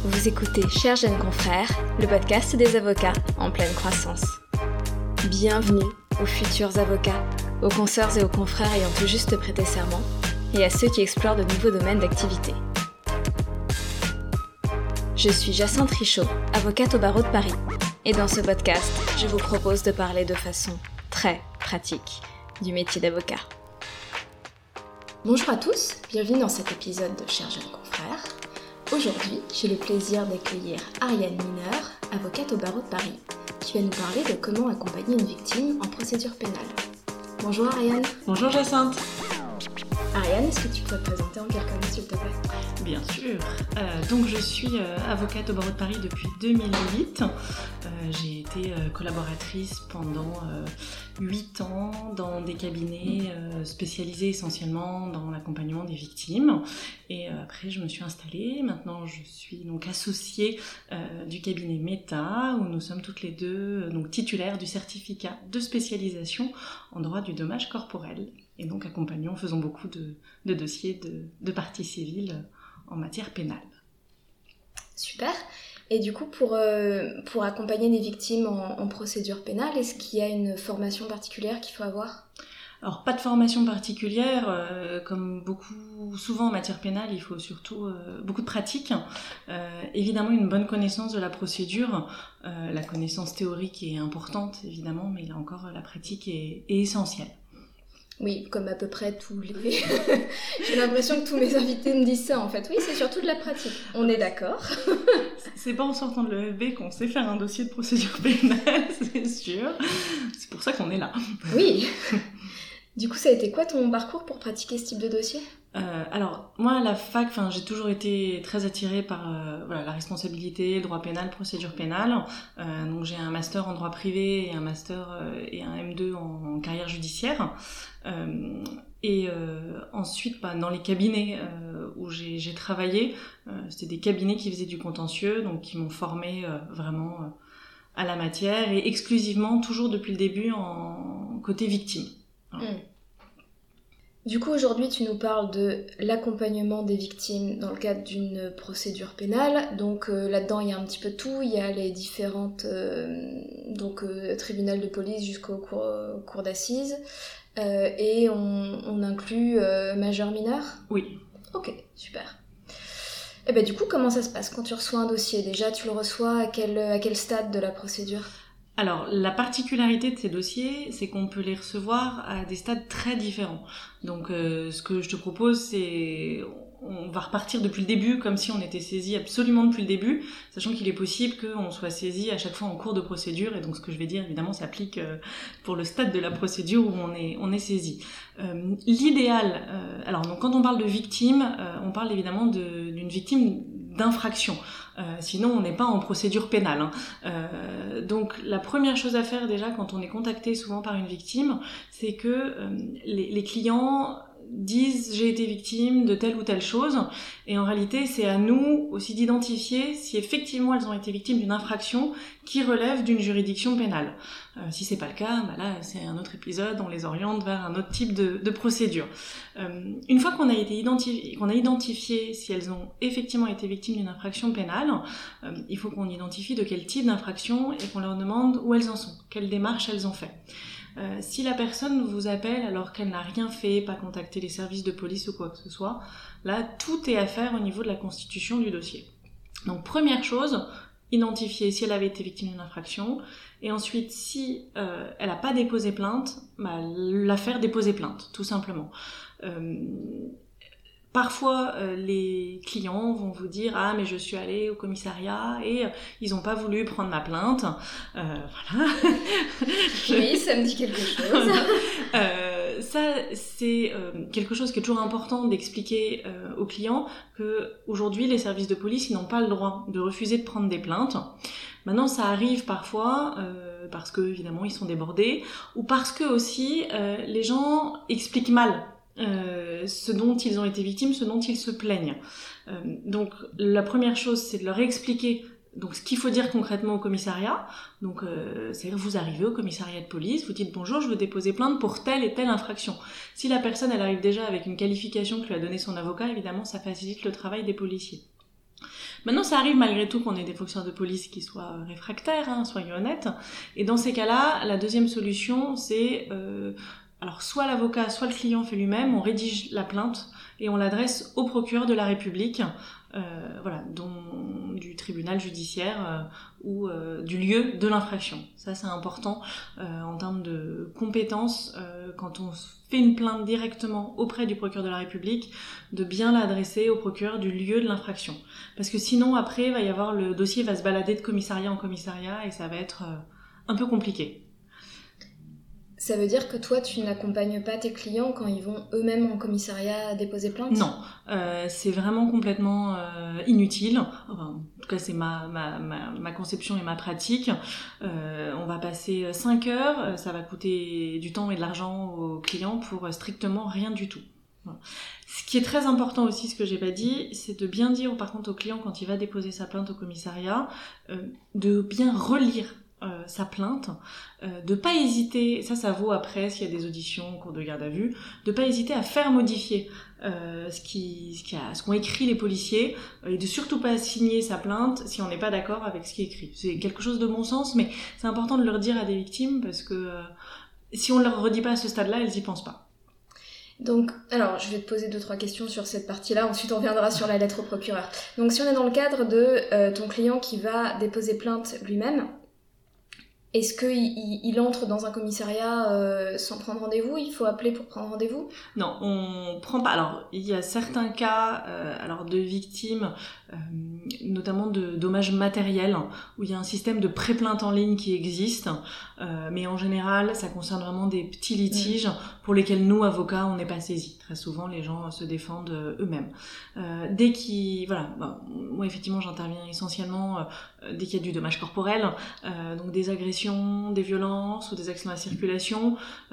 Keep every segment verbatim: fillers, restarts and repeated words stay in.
Vous écoutez Chers jeunes confrères, le podcast des avocats en pleine croissance. Bienvenue aux futurs avocats, aux consoeurs et aux confrères ayant tout juste prêté serment, et à ceux qui explorent de nouveaux domaines d'activité. Je suis Jacinthe Richaud, avocate au barreau de Paris, et dans ce podcast, je vous propose de parler de façon très pratique du métier d'avocat. Bonjour à tous, bienvenue dans cet épisode de Chers jeunes confrères. Aujourd'hui, j'ai le plaisir d'accueillir Ariane Mineur, avocate au barreau de Paris, qui va nous parler de comment accompagner une victime en procédure pénale. Bonjour Ariane. Bonjour Jacinthe. Ariane, est-ce que tu pourrais te présenter en quelques mots s'il te plaît ? Bien sûr. Euh, donc je suis euh, avocate au barreau de Paris depuis deux mille huit. Euh, j'ai été euh, collaboratrice pendant euh, huit ans dans des cabinets euh, spécialisés essentiellement dans l'accompagnement des victimes. Et euh, après je me suis installée. Maintenant je suis donc associée euh, du cabinet Meta où nous sommes toutes les deux euh, donc titulaires du certificat de spécialisation en droit du dommage corporel. Et donc accompagnons, faisons beaucoup de, de dossiers de, de partie civile en matière pénale. Super. Et du coup, pour, euh, pour accompagner des victimes en, en procédure pénale, est-ce qu'il y a une formation particulière qu'il faut avoir ? Alors, pas de formation particulière, euh, comme beaucoup, souvent en matière pénale, il faut surtout euh, beaucoup de pratique. Euh, évidemment, une bonne connaissance de la procédure. Euh, la connaissance théorique est importante, évidemment, mais là encore, la pratique est, est essentielle. Oui, comme à peu près tous les... J'ai l'impression que tous mes invités me disent ça, en fait. Oui, c'est surtout de la pratique. On est d'accord. C'est pas en sortant de l'E F B qu'on sait faire un dossier de procédure pénale, c'est sûr. C'est pour ça qu'on est là. Oui. Du coup, ça a été quoi ton parcours pour pratiquer ce type de dossier ? Euh, alors, moi, à la fac, enfin, j'ai toujours été très attirée par euh, voilà, la responsabilité, le droit pénal, procédure pénale. Euh, donc, j'ai un master en droit privé et un master euh, et un M deux en, en carrière judiciaire. Euh, et euh, ensuite, bah, dans les cabinets euh, où j'ai, j'ai travaillé, euh, c'était des cabinets qui faisaient du contentieux, donc qui m'ont formée euh, vraiment euh, à la matière et exclusivement, toujours depuis le début, en côté victime. Voilà. Mmh. Du coup, aujourd'hui, tu nous parles de l'accompagnement des victimes dans le cadre d'une procédure pénale. Donc euh, là-dedans, il y a un petit peu tout. Il y a les différentes euh, donc euh, tribunaux de police jusqu'aux cours, euh, cours d'assises. Euh, et on, on inclut euh, majeur-mineur ? Oui. Ok, super. Et ben du coup, comment ça se passe quand tu reçois un dossier ? Déjà, tu le reçois à quel, à quel stade de la procédure ? Alors, la particularité de ces dossiers, c'est qu'on peut les recevoir à des stades très différents. Donc, euh, ce que je te propose, c'est... On va repartir depuis le début, comme si on était saisi absolument depuis le début, sachant qu'il est possible qu'on soit saisi à chaque fois en cours de procédure, et donc ce que je vais dire, évidemment, s'applique pour le stade de la procédure où on est, on est saisi. Euh, l'idéal... Euh, alors, donc, quand on parle de victime, euh, on parle évidemment de, d'une victime d'infraction. Euh, sinon, on n'est pas en procédure pénale. Hein. Euh, donc, la première chose à faire déjà quand on est contacté souvent par une victime, c'est que euh, les, les clients disent « j'ai été victime de telle ou telle chose ». Et en réalité, c'est à nous aussi d'identifier si effectivement elles ont été victimes d'une infraction qui relève d'une juridiction pénale. Euh, si c'est pas le cas, bah là, c'est un autre épisode, on les oriente vers un autre type de, de procédure. Euh, une fois qu'on a été identifié, qu'on a identifié si elles ont effectivement été victimes d'une infraction pénale, euh, il faut qu'on identifie de quel type d'infraction et qu'on leur demande où elles en sont, quelles démarches elles ont fait. Euh, si la personne vous appelle alors qu'elle n'a rien fait, pas contacté les services de police ou quoi que ce soit, là, tout est à faire au niveau de la constitution du dossier. Donc, première chose, identifier si elle avait été victime d'une infraction, et ensuite, si euh, elle n'a pas déposé plainte, bah, la faire déposer plainte, tout simplement. Euh, Parfois, euh, les clients vont vous dire « Ah, mais je suis allée au commissariat et euh, ils n'ont pas voulu prendre ma plainte. Euh, » Voilà. Oui, ça me dit quelque chose. euh, ça, c'est euh, quelque chose qui est toujours important d'expliquer euh, aux clients qu'aujourd'hui, les services de police, ils n'ont pas le droit de refuser de prendre des plaintes. Maintenant, ça arrive parfois euh, parce que, évidemment, ils sont débordés ou parce que aussi, euh, les gens expliquent mal Euh, ce dont ils ont été victimes, ce dont ils se plaignent. Euh, donc la première chose, c'est de leur expliquer donc ce qu'il faut dire concrètement au commissariat. Donc euh, c'est-à-dire vous arrivez au commissariat de police, vous dites bonjour, je veux déposer plainte pour telle et telle infraction. Si la personne elle arrive déjà avec une qualification que lui a donnée son avocat, évidemment ça facilite le travail des policiers. Maintenant, ça arrive malgré tout qu'on ait des fonctionnaires de police qui soient réfractaires, hein, soyons honnêtes. Et dans ces cas-là, la deuxième solution, c'est euh, alors soit l'avocat, soit le client fait lui-même, on rédige la plainte et on l'adresse au procureur de la République, euh, voilà, dont, du tribunal judiciaire euh, ou euh, du lieu de l'infraction. Ça, c'est important euh, en termes de compétences euh, quand on fait une plainte directement auprès du procureur de la République, de bien l'adresser au procureur du lieu de l'infraction. Parce que sinon, après, il va y avoir le dossier va se balader de commissariat en commissariat et ça va être euh, un peu compliqué. Ça veut dire que toi, tu n'accompagnes pas tes clients quand ils vont eux-mêmes en commissariat déposer plainte ? Non, euh, c'est vraiment complètement euh, inutile. Enfin, en tout cas, c'est ma, ma, ma, ma conception et ma pratique. Euh, on va passer cinq heures, ça va coûter du temps et de l'argent aux clients pour strictement rien du tout. Voilà. Ce qui est très important aussi, ce que j'ai pas dit, c'est de bien dire par contre au client quand il va déposer sa plainte au commissariat, euh, de bien relire Euh, sa plainte, euh, de pas hésiter, ça ça vaut après s'il y a des auditions au cours de garde à vue, de pas hésiter à faire modifier euh, ce qui ce qui a, ce qu'ont écrit les policiers euh, et de surtout pas signer sa plainte si on n'est pas d'accord avec ce qui est écrit. C'est quelque chose de bon sens, mais c'est important de le redire à des victimes parce que euh, si on leur redit pas à ce stade-là, elles y pensent pas. Donc, alors, je vais te poser deux, trois questions sur cette partie-là, ensuite on reviendra sur la lettre au procureur. Donc, si on est dans le cadre de euh, ton client qui va déposer plainte lui-même, est-ce qu'il il, il entre dans un commissariat euh, sans prendre rendez-vous ? Il faut appeler pour prendre rendez-vous ? Non, on prend pas. Alors, il y a certains cas euh, alors de victimes, euh, notamment de dommages matériels, où il y a un système de pré-plainte en ligne qui existe, euh, mais en général, ça concerne vraiment des petits litiges mmh. pour lesquels nous, avocats, on n'est pas saisis. Très souvent, les gens se défendent eux-mêmes. Euh, dès qu'ils... Voilà, bon, moi, effectivement, j'interviens essentiellement euh, dès qu'il y a du dommage corporel, euh, donc des agressions, des violences ou des accidents à la circulation, euh,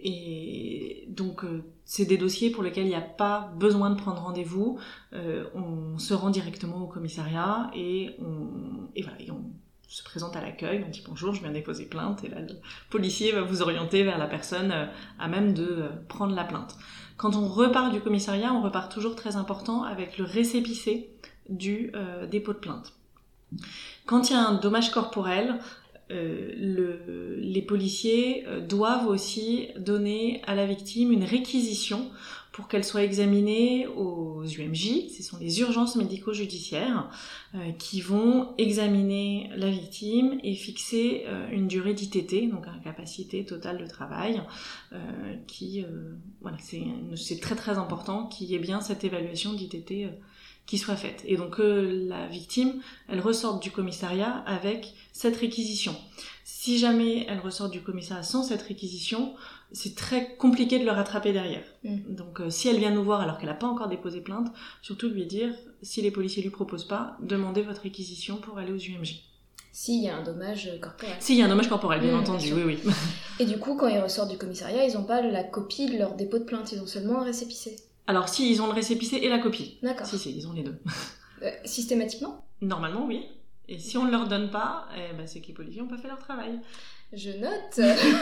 et donc euh, c'est des dossiers pour lesquels il n'y a pas besoin de prendre rendez-vous, euh, on se rend directement au commissariat et on, et voilà, et on se présente à l'accueil, on dit bonjour, je viens déposer plainte, et là le policier va vous orienter vers la personne euh, à même de euh, prendre la plainte. Quand on repart du commissariat, on repart toujours très important avec le récépissé du euh, dépôt de plainte. Quand il y a un dommage corporel, euh, le, les policiers euh, doivent aussi donner à la victime une réquisition pour qu'elle soit examinée aux U M J, ce sont les urgences médico-judiciaires, euh, qui vont examiner la victime et fixer euh, une durée d'I T T, donc incapacité totale de travail, euh, qui, euh, voilà, c'est, c'est très très important qu'il y ait bien cette évaluation d'I T T euh, qui soit faite. Et donc euh, la victime, elle ressort du commissariat avec cette réquisition. Si jamais elle ressort du commissariat sans cette réquisition, c'est très compliqué de le rattraper derrière. Mmh. Donc euh, si elle vient nous voir alors qu'elle n'a pas encore déposé plainte, surtout lui dire, si les policiers lui proposent pas, demandez votre réquisition pour aller aux U M J. S'il y a un dommage corporel. S'il y a un dommage corporel, bien mmh, entendu, bien oui, oui. Et du coup, quand ils ressortent du commissariat, ils n'ont pas la copie de leur dépôt de plainte, ils ont seulement un récépissé. Alors si, ils ont le récépissé et la copie. D'accord. Si, si, ils ont les deux. Euh, systématiquement ? Normalement, oui. Et si on ne leur donne pas, eh ben, c'est que les policiers n'ont pas fait leur travail. Je note.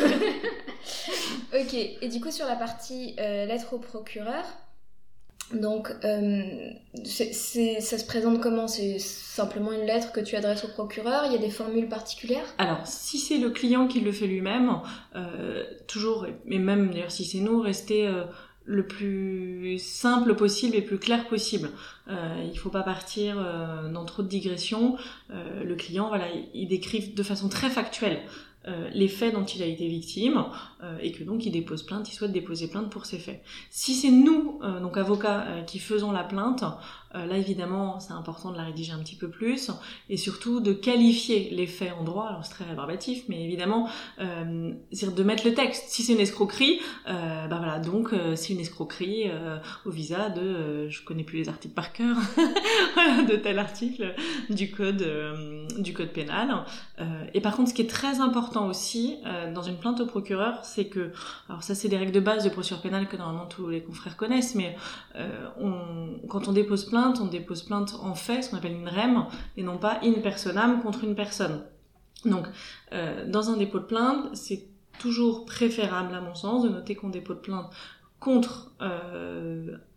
Ok, et du coup sur la partie euh, lettre au procureur, donc euh, c'est, c'est, ça se présente comment ? C'est simplement une lettre que tu adresses au procureur ? Il y a des formules particulières ? Alors, si c'est le client qui le fait lui-même, euh, toujours, et même d'ailleurs si c'est nous, rester... Euh, le plus simple possible et le plus clair possible. Euh, il faut pas partir euh, dans trop de digressions. Euh, le client, voilà, il décrit de façon très factuelle euh, les faits dont il a été victime euh, et que donc il dépose plainte, il souhaite déposer plainte pour ces faits. Si c'est nous, euh, donc avocats, euh, qui faisons la plainte, euh, là évidemment c'est important de la rédiger un petit peu plus et surtout de qualifier les faits en droit. Alors c'est très rébarbatif, mais évidemment euh, c'est de mettre le texte. Si c'est une escroquerie, euh, bah voilà, donc euh, c'est une escroquerie euh, au visa de, euh, je connais plus les articles par cœur, de tel article du code euh, du code pénal. Euh, et par contre, ce qui est très important aussi euh, dans une plainte au procureur, c'est que, alors ça c'est des règles de base de procédure pénale que normalement tous les confrères connaissent, mais euh, on, quand on dépose plainte, on dépose plainte en fait, ce qu'on appelle une R E M, et non pas in personam contre une personne. Donc, euh, dans un dépôt de plainte, c'est toujours préférable, à mon sens, de noter qu'on dépose plainte contre euh,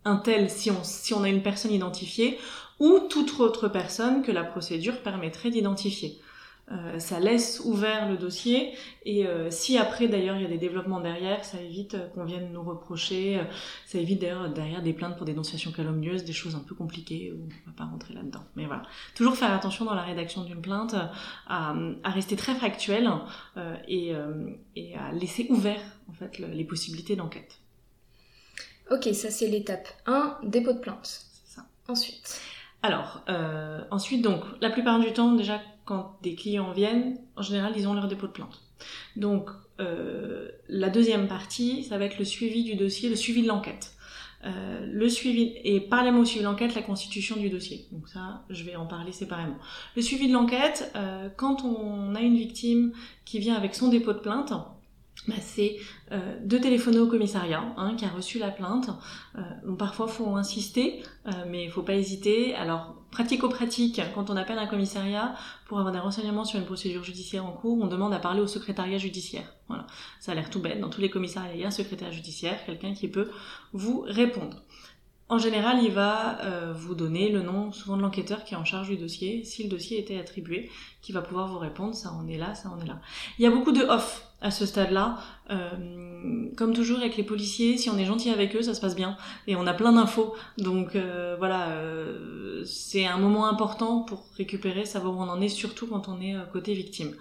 un tel si on, si on a une personne identifiée, ou toute autre personne que la procédure permettrait d'identifier. Euh, ça laisse ouvert le dossier et euh, si après d'ailleurs il y a des développements derrière, ça évite euh, qu'on vienne nous reprocher, euh, ça évite d'ailleurs derrière des plaintes pour dénonciation calomnieuse, des choses un peu compliquées où on va pas rentrer là-dedans. Mais voilà, toujours faire attention dans la rédaction d'une plainte à, à rester très factuel euh, et, euh, et à laisser ouvert en fait le, les possibilités d'enquête. Ok, ça c'est l'étape un, dépôt de plainte. C'est ça. Ensuite. Alors, euh, ensuite donc, la plupart du temps déjà quand des clients viennent, en général, ils ont leur dépôt de plainte. Donc, euh, la deuxième partie, ça va être le suivi du dossier, le suivi de l'enquête. Euh, le suivi, et par les mots suivi de l'enquête, la constitution du dossier. Donc ça, je vais en parler séparément. Le suivi de l'enquête, euh, quand on a une victime qui vient avec son dépôt de plainte, bah c'est euh, de téléphoner au commissariat hein, qui a reçu la plainte. Euh, bon, parfois, faut insister, euh, mais il faut pas hésiter. Alors, pratico-pratique, quand on appelle un commissariat pour avoir des renseignements sur une procédure judiciaire en cours, on demande à parler au secrétariat judiciaire. Voilà, ça a l'air tout bête. Dans tous les commissariats, il y a un secrétaire judiciaire, quelqu'un qui peut vous répondre. En général, il va euh, vous donner le nom souvent de l'enquêteur qui est en charge du dossier, si le dossier était attribué, qui va pouvoir vous répondre, ça en est là, ça en est là. Il y a beaucoup de off à ce stade-là. Euh, comme toujours avec les policiers, si on est gentil avec eux, ça se passe bien. Et on a plein d'infos. Donc euh, voilà, euh, c'est un moment important pour récupérer, savoir où on en est, surtout quand on est euh, côté victime.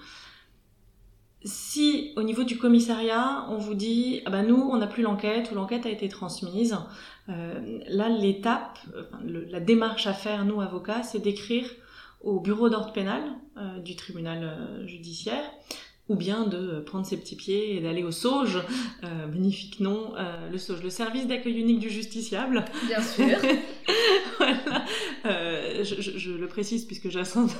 Si au niveau du commissariat, on vous dit « ah bah nous, on n'a plus l'enquête » ou l'enquête a été transmise, euh, là l'étape, enfin, le, la démarche à faire, nous avocats, c'est d'écrire au bureau d'ordre pénal euh, du tribunal euh, judiciaire, ou bien de prendre ses petits pieds et d'aller au SAUJ, euh, magnifique nom, euh, le SAUJ, le service d'accueil unique du justiciable. Bien sûr. Voilà. Euh, je, je, je le précise puisque Jacinthe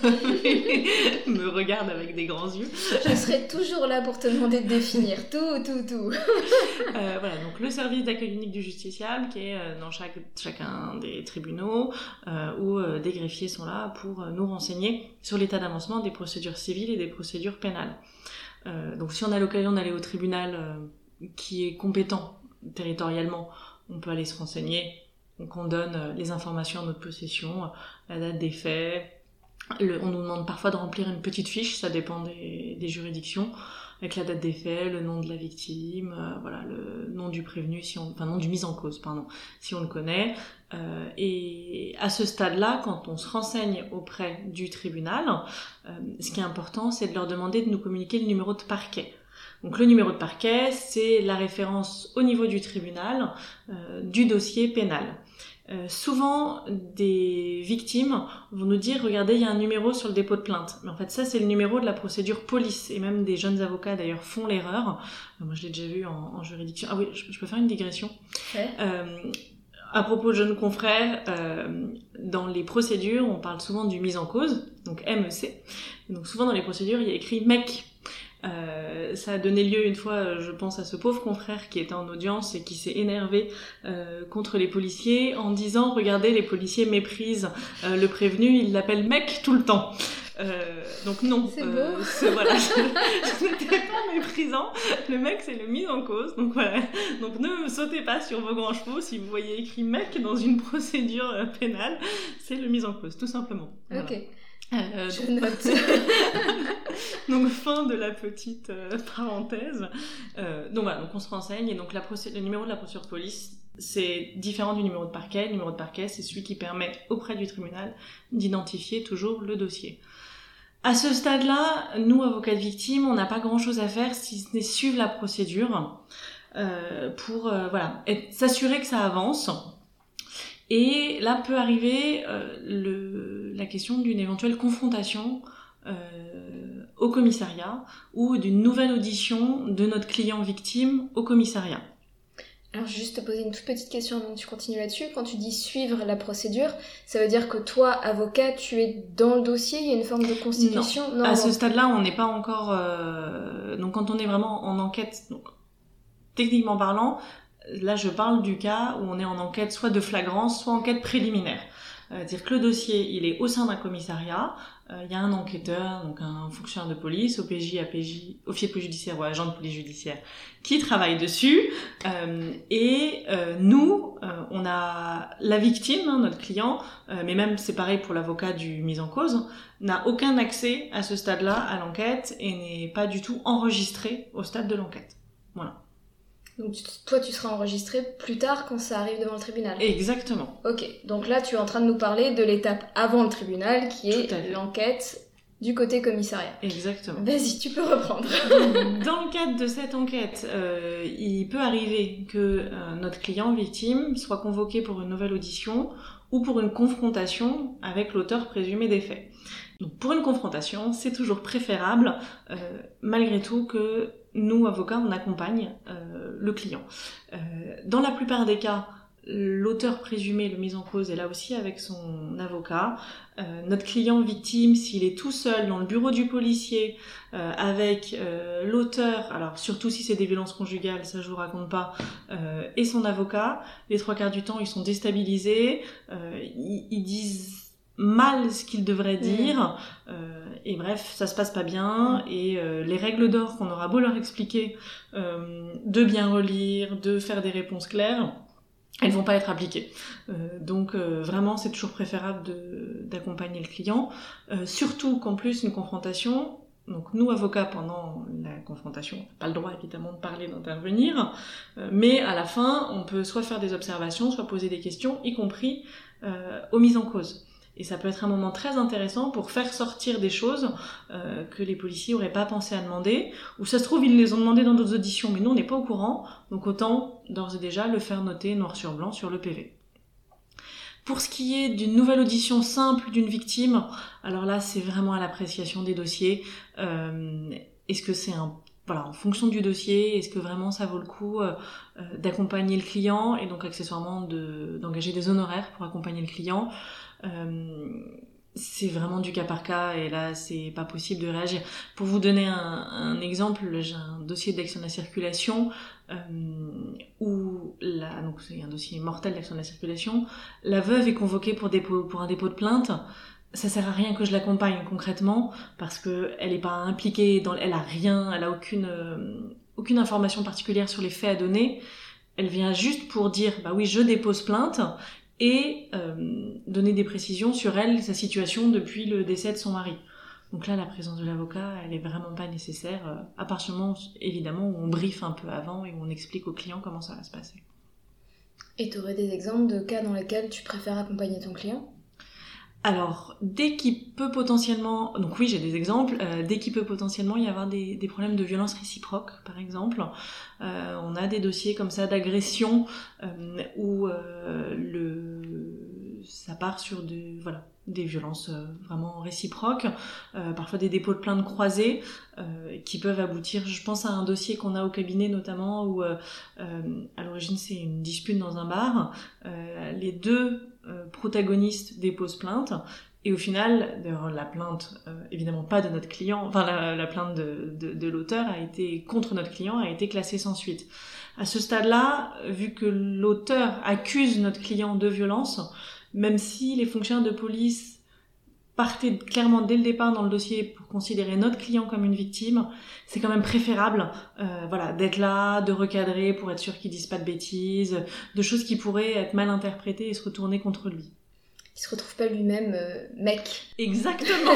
me regarde avec des grands yeux. Je serai toujours là pour te demander de définir tout, tout, tout. Euh, voilà, donc le service d'accueil unique du justiciable qui est euh, dans chaque, chacun des tribunaux euh, où euh, des greffiers sont là pour euh, nous renseigner sur l'état d'avancement des procédures civiles et des procédures pénales. Euh, donc si on a l'occasion d'aller au tribunal euh, qui est compétent territorialement, on peut aller se renseigner. Donc on donne euh, les informations en notre possession, euh, la date des faits. Le, on nous demande parfois de remplir une petite fiche, ça dépend des, des juridictions, avec la date des faits, le nom de la victime, euh, voilà, le nom du prévenu, si on, enfin nom du mis en cause, pardon, si on le connaît. Euh, et à ce stade-là, quand on se renseigne auprès du tribunal, euh, ce qui est important, c'est de leur demander de nous communiquer le numéro de parquet. Donc le numéro de parquet, c'est la référence au niveau du tribunal euh, du dossier pénal. Euh, souvent, des victimes vont nous dire « Regardez, il y a un numéro sur le dépôt de plainte ». Mais en fait, ça, c'est le numéro de la procédure police. Et même des jeunes avocats, d'ailleurs, font l'erreur. Euh, moi, je l'ai déjà vu en, en juridiction. Ah oui, je, je peux faire une digression. Ouais. Euh, à propos de jeunes confrères, euh, dans les procédures, on parle souvent du mis en cause, donc M E C. Donc souvent, dans les procédures, il y a écrit « mec ». Euh, ça a donné lieu une fois, je pense, à ce pauvre confrère qui était en audience et qui s'est énervé euh, contre les policiers en disant « Regardez, les policiers méprisent euh, le prévenu, ils l'appellent mec tout le temps ». Euh, donc non, c'est euh, beau. Ce, voilà, ce, ce n'était pas méprisant. Le mec, c'est le mis en cause. Donc voilà. Donc ne sautez pas sur vos grands chevaux si vous voyez écrit mec dans une procédure euh, pénale. C'est le mis en cause, tout simplement. Voilà. Ok. Euh, Je donc... note. Donc fin de la petite euh, parenthèse. Euh, donc voilà, donc on se renseigne et donc la procé- le numéro de la procédure police, c'est différent du numéro de parquet. Le numéro de parquet, c'est celui qui permet auprès du tribunal d'identifier toujours le dossier. À ce stade-là, nous, avocats de victimes, on n'a pas grand-chose à faire si ce n'est suivre la procédure euh, pour euh, voilà, être, s'assurer que ça avance. Et là peut arriver euh, le, la question d'une éventuelle confrontation euh, au commissariat ou d'une nouvelle audition de notre client victime au commissariat. Alors, je vais juste te poser une toute petite question avant que tu continues là-dessus. Quand tu dis suivre la procédure, ça veut dire que toi, avocat, tu es dans le dossier, il y a une forme de constitution ? Non, non à non. Ce stade-là, on n'est pas encore... Euh... Donc, quand on est vraiment en enquête, donc, techniquement parlant, là, je parle du cas où on est en enquête soit de flagrance, soit enquête préliminaire. Euh, dire que le dossier, il est au sein d'un commissariat, il euh, y a un enquêteur, donc un fonctionnaire de police, O P J, A P J, officier de police judiciaire ou agent de police judiciaire, qui travaille dessus. Euh, et euh, nous, euh, on a la victime, hein, notre client, euh, mais même c'est pareil pour l'avocat du mis en cause, n'a aucun accès à ce stade-là à l'enquête et n'est pas du tout enregistré au stade de l'enquête. Voilà. Donc toi, tu seras enregistré plus tard quand ça arrive devant le tribunal. Exactement. Ok, donc là, tu es en train de nous parler de l'étape avant le tribunal, qui est l'enquête du côté commissariat. Exactement. Vas-y, tu peux reprendre. Dans le cadre de cette enquête, euh, il peut arriver que euh, notre client victime soit convoqué pour une nouvelle audition ou pour une confrontation avec l'auteur présumé des faits. Donc pour une confrontation, c'est toujours préférable, euh, malgré tout, que nous, avocats, on accompagne euh, le client. Euh, dans la plupart des cas, l'auteur présumé, le mis en cause, est là aussi avec son avocat. Euh, notre client victime, s'il est tout seul dans le bureau du policier euh, avec euh, l'auteur, alors surtout si c'est des violences conjugales, ça je vous raconte pas, euh, et son avocat, les trois quarts du temps ils sont déstabilisés, euh, ils, ils disent mal ce qu'ils devraient dire, mmh. euh, et bref, ça se passe pas bien, et euh, les règles d'or qu'on aura beau leur expliquer, euh, de bien relire, de faire des réponses claires, elles vont pas être appliquées. Euh, donc euh, vraiment, c'est toujours préférable de, d'accompagner le client, euh, surtout qu'en plus, une confrontation, donc nous, avocats, pendant la confrontation, on n'a pas le droit évidemment de parler, d'intervenir, euh, mais à la fin, on peut soit faire des observations, soit poser des questions, y compris euh, aux mises en cause. Et ça peut être un moment très intéressant pour faire sortir des choses euh, que les policiers n'auraient pas pensé à demander, ou ça se trouve ils les ont demandé dans d'autres auditions, mais nous on n'est pas au courant, donc autant d'ores et déjà le faire noter noir sur blanc sur le P V. Pour ce qui est d'une nouvelle audition simple d'une victime, alors là c'est vraiment à l'appréciation des dossiers. Euh, est-ce que c'est un Voilà, en fonction du dossier, est-ce que vraiment ça vaut le coup euh, d'accompagner le client et donc accessoirement de, d'engager des honoraires pour accompagner le client. Euh, c'est vraiment du cas par cas et là c'est pas possible de réagir. Pour vous donner un, un exemple, j'ai un dossier d'action de la circulation euh, où la, donc c'est un dossier mortel d'action de la circulation, la veuve est convoquée pour, dépôt, pour un dépôt de plainte. Ça sert à rien que je l'accompagne concrètement parce que elle est pas impliquée dans, elle a rien, elle a aucune euh, aucune information particulière sur les faits à donner. Elle vient juste pour dire bah oui je dépose plainte et euh, donner des précisions sur elle, sa situation depuis le décès de son mari. Donc là la présence de l'avocat elle est vraiment pas nécessaire euh, à partir du moment évidemment où on briefe un peu avant et où on explique au client comment ça va se passer. Et tu aurais des exemples de cas dans lesquels tu préfères accompagner ton client ? Alors, dès qu'il peut potentiellement, donc oui j'ai des exemples, euh, dès qu'il peut potentiellement y avoir des, des problèmes de violence réciproque par exemple, euh, on a des dossiers comme ça d'agression euh, où euh, le, ça part sur de, voilà, des violences euh, vraiment réciproques, euh, parfois des dépôts de plainte croisés euh, qui peuvent aboutir, je pense à un dossier qu'on a au cabinet notamment où euh, euh, à l'origine c'est une dispute dans un bar, euh, les deux Euh, protagoniste dépose plainte et au final d'ailleurs, la plainte euh, évidemment pas de notre client, enfin la, la plainte de, de, de l'auteur a été contre notre client a été classée sans suite. À ce stade-là, vu que l'auteur accuse notre client de violence, même si les fonctionnaires de police partaient clairement dès le départ dans le dossier pour considérer notre client comme une victime, c'est quand même préférable euh, voilà, d'être là, de recadrer pour être sûr qu'ils disent pas de bêtises, de choses qui pourraient être mal interprétées et se retourner contre lui. Il se retrouve pas lui-même euh, mec. Exactement.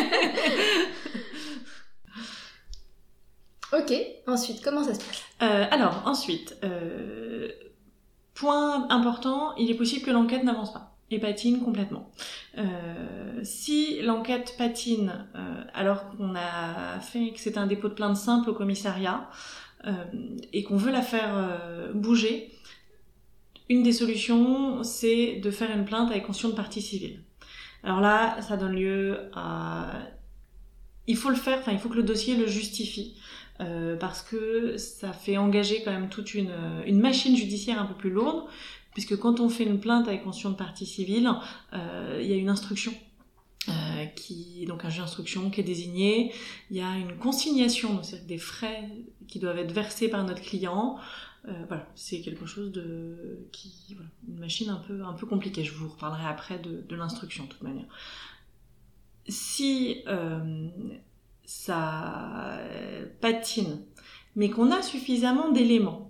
Ok, ensuite, comment ça se passe ? euh, Alors, ensuite, euh, point important, il est possible que l'enquête n'avance pas et patine complètement. Euh, si l'enquête patine euh, alors qu'on a fait que c'est un dépôt de plainte simple au commissariat euh, et qu'on veut la faire euh, bouger, une des solutions c'est de faire une plainte avec caution de partie civile. Alors là, ça donne lieu à... Il faut le faire, enfin il faut que le dossier le justifie. Euh, parce que ça fait engager quand même toute une, une machine judiciaire un peu plus lourde, puisque quand on fait une plainte avec caution de partie civile, euh, il y a une instruction euh, euh, qui donc un juge d'instruction qui est désigné. Il y a une consignation, donc c'est des frais qui doivent être versés par notre client. Euh, voilà, c'est quelque chose de qui voilà, une machine un peu un peu compliquée. Je vous reparlerai après de, de l'instruction de toute manière. Si euh, ça patine, mais qu'on a suffisamment d'éléments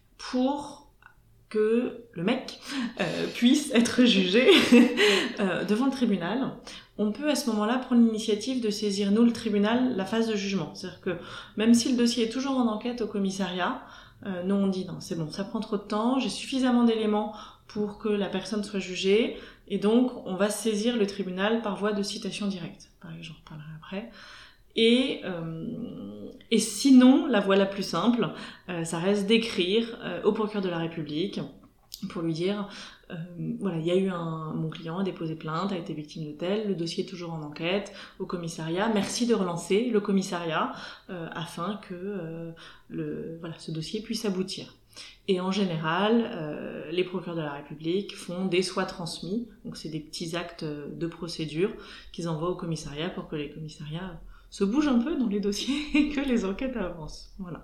pour que le mec euh, puisse être jugé euh, devant le tribunal, on peut à ce moment-là prendre l'initiative de saisir, nous, le tribunal, la phase de jugement. C'est-à-dire que même si le dossier est toujours en enquête au commissariat, euh, nous on dit non, c'est bon, ça prend trop de temps, j'ai suffisamment d'éléments pour que la personne soit jugée, et donc on va saisir le tribunal par voie de citation directe. Pareil, j'en reparlerai après. Et, euh, et sinon, la voie la plus simple, euh, ça reste d'écrire euh, au procureur de la République pour lui dire euh, voilà, il y a eu un, mon client a déposé plainte, a été victime de tel, le dossier est toujours en enquête au commissariat, merci de relancer le commissariat euh, afin que euh, le, voilà, ce dossier puisse aboutir. Et en général, euh, les procureurs de la République font des soins transmis, donc c'est des petits actes de procédure qu'ils envoient au commissariat pour que les commissariats se bougent un peu dans les dossiers et que les enquêtes avancent. Voilà.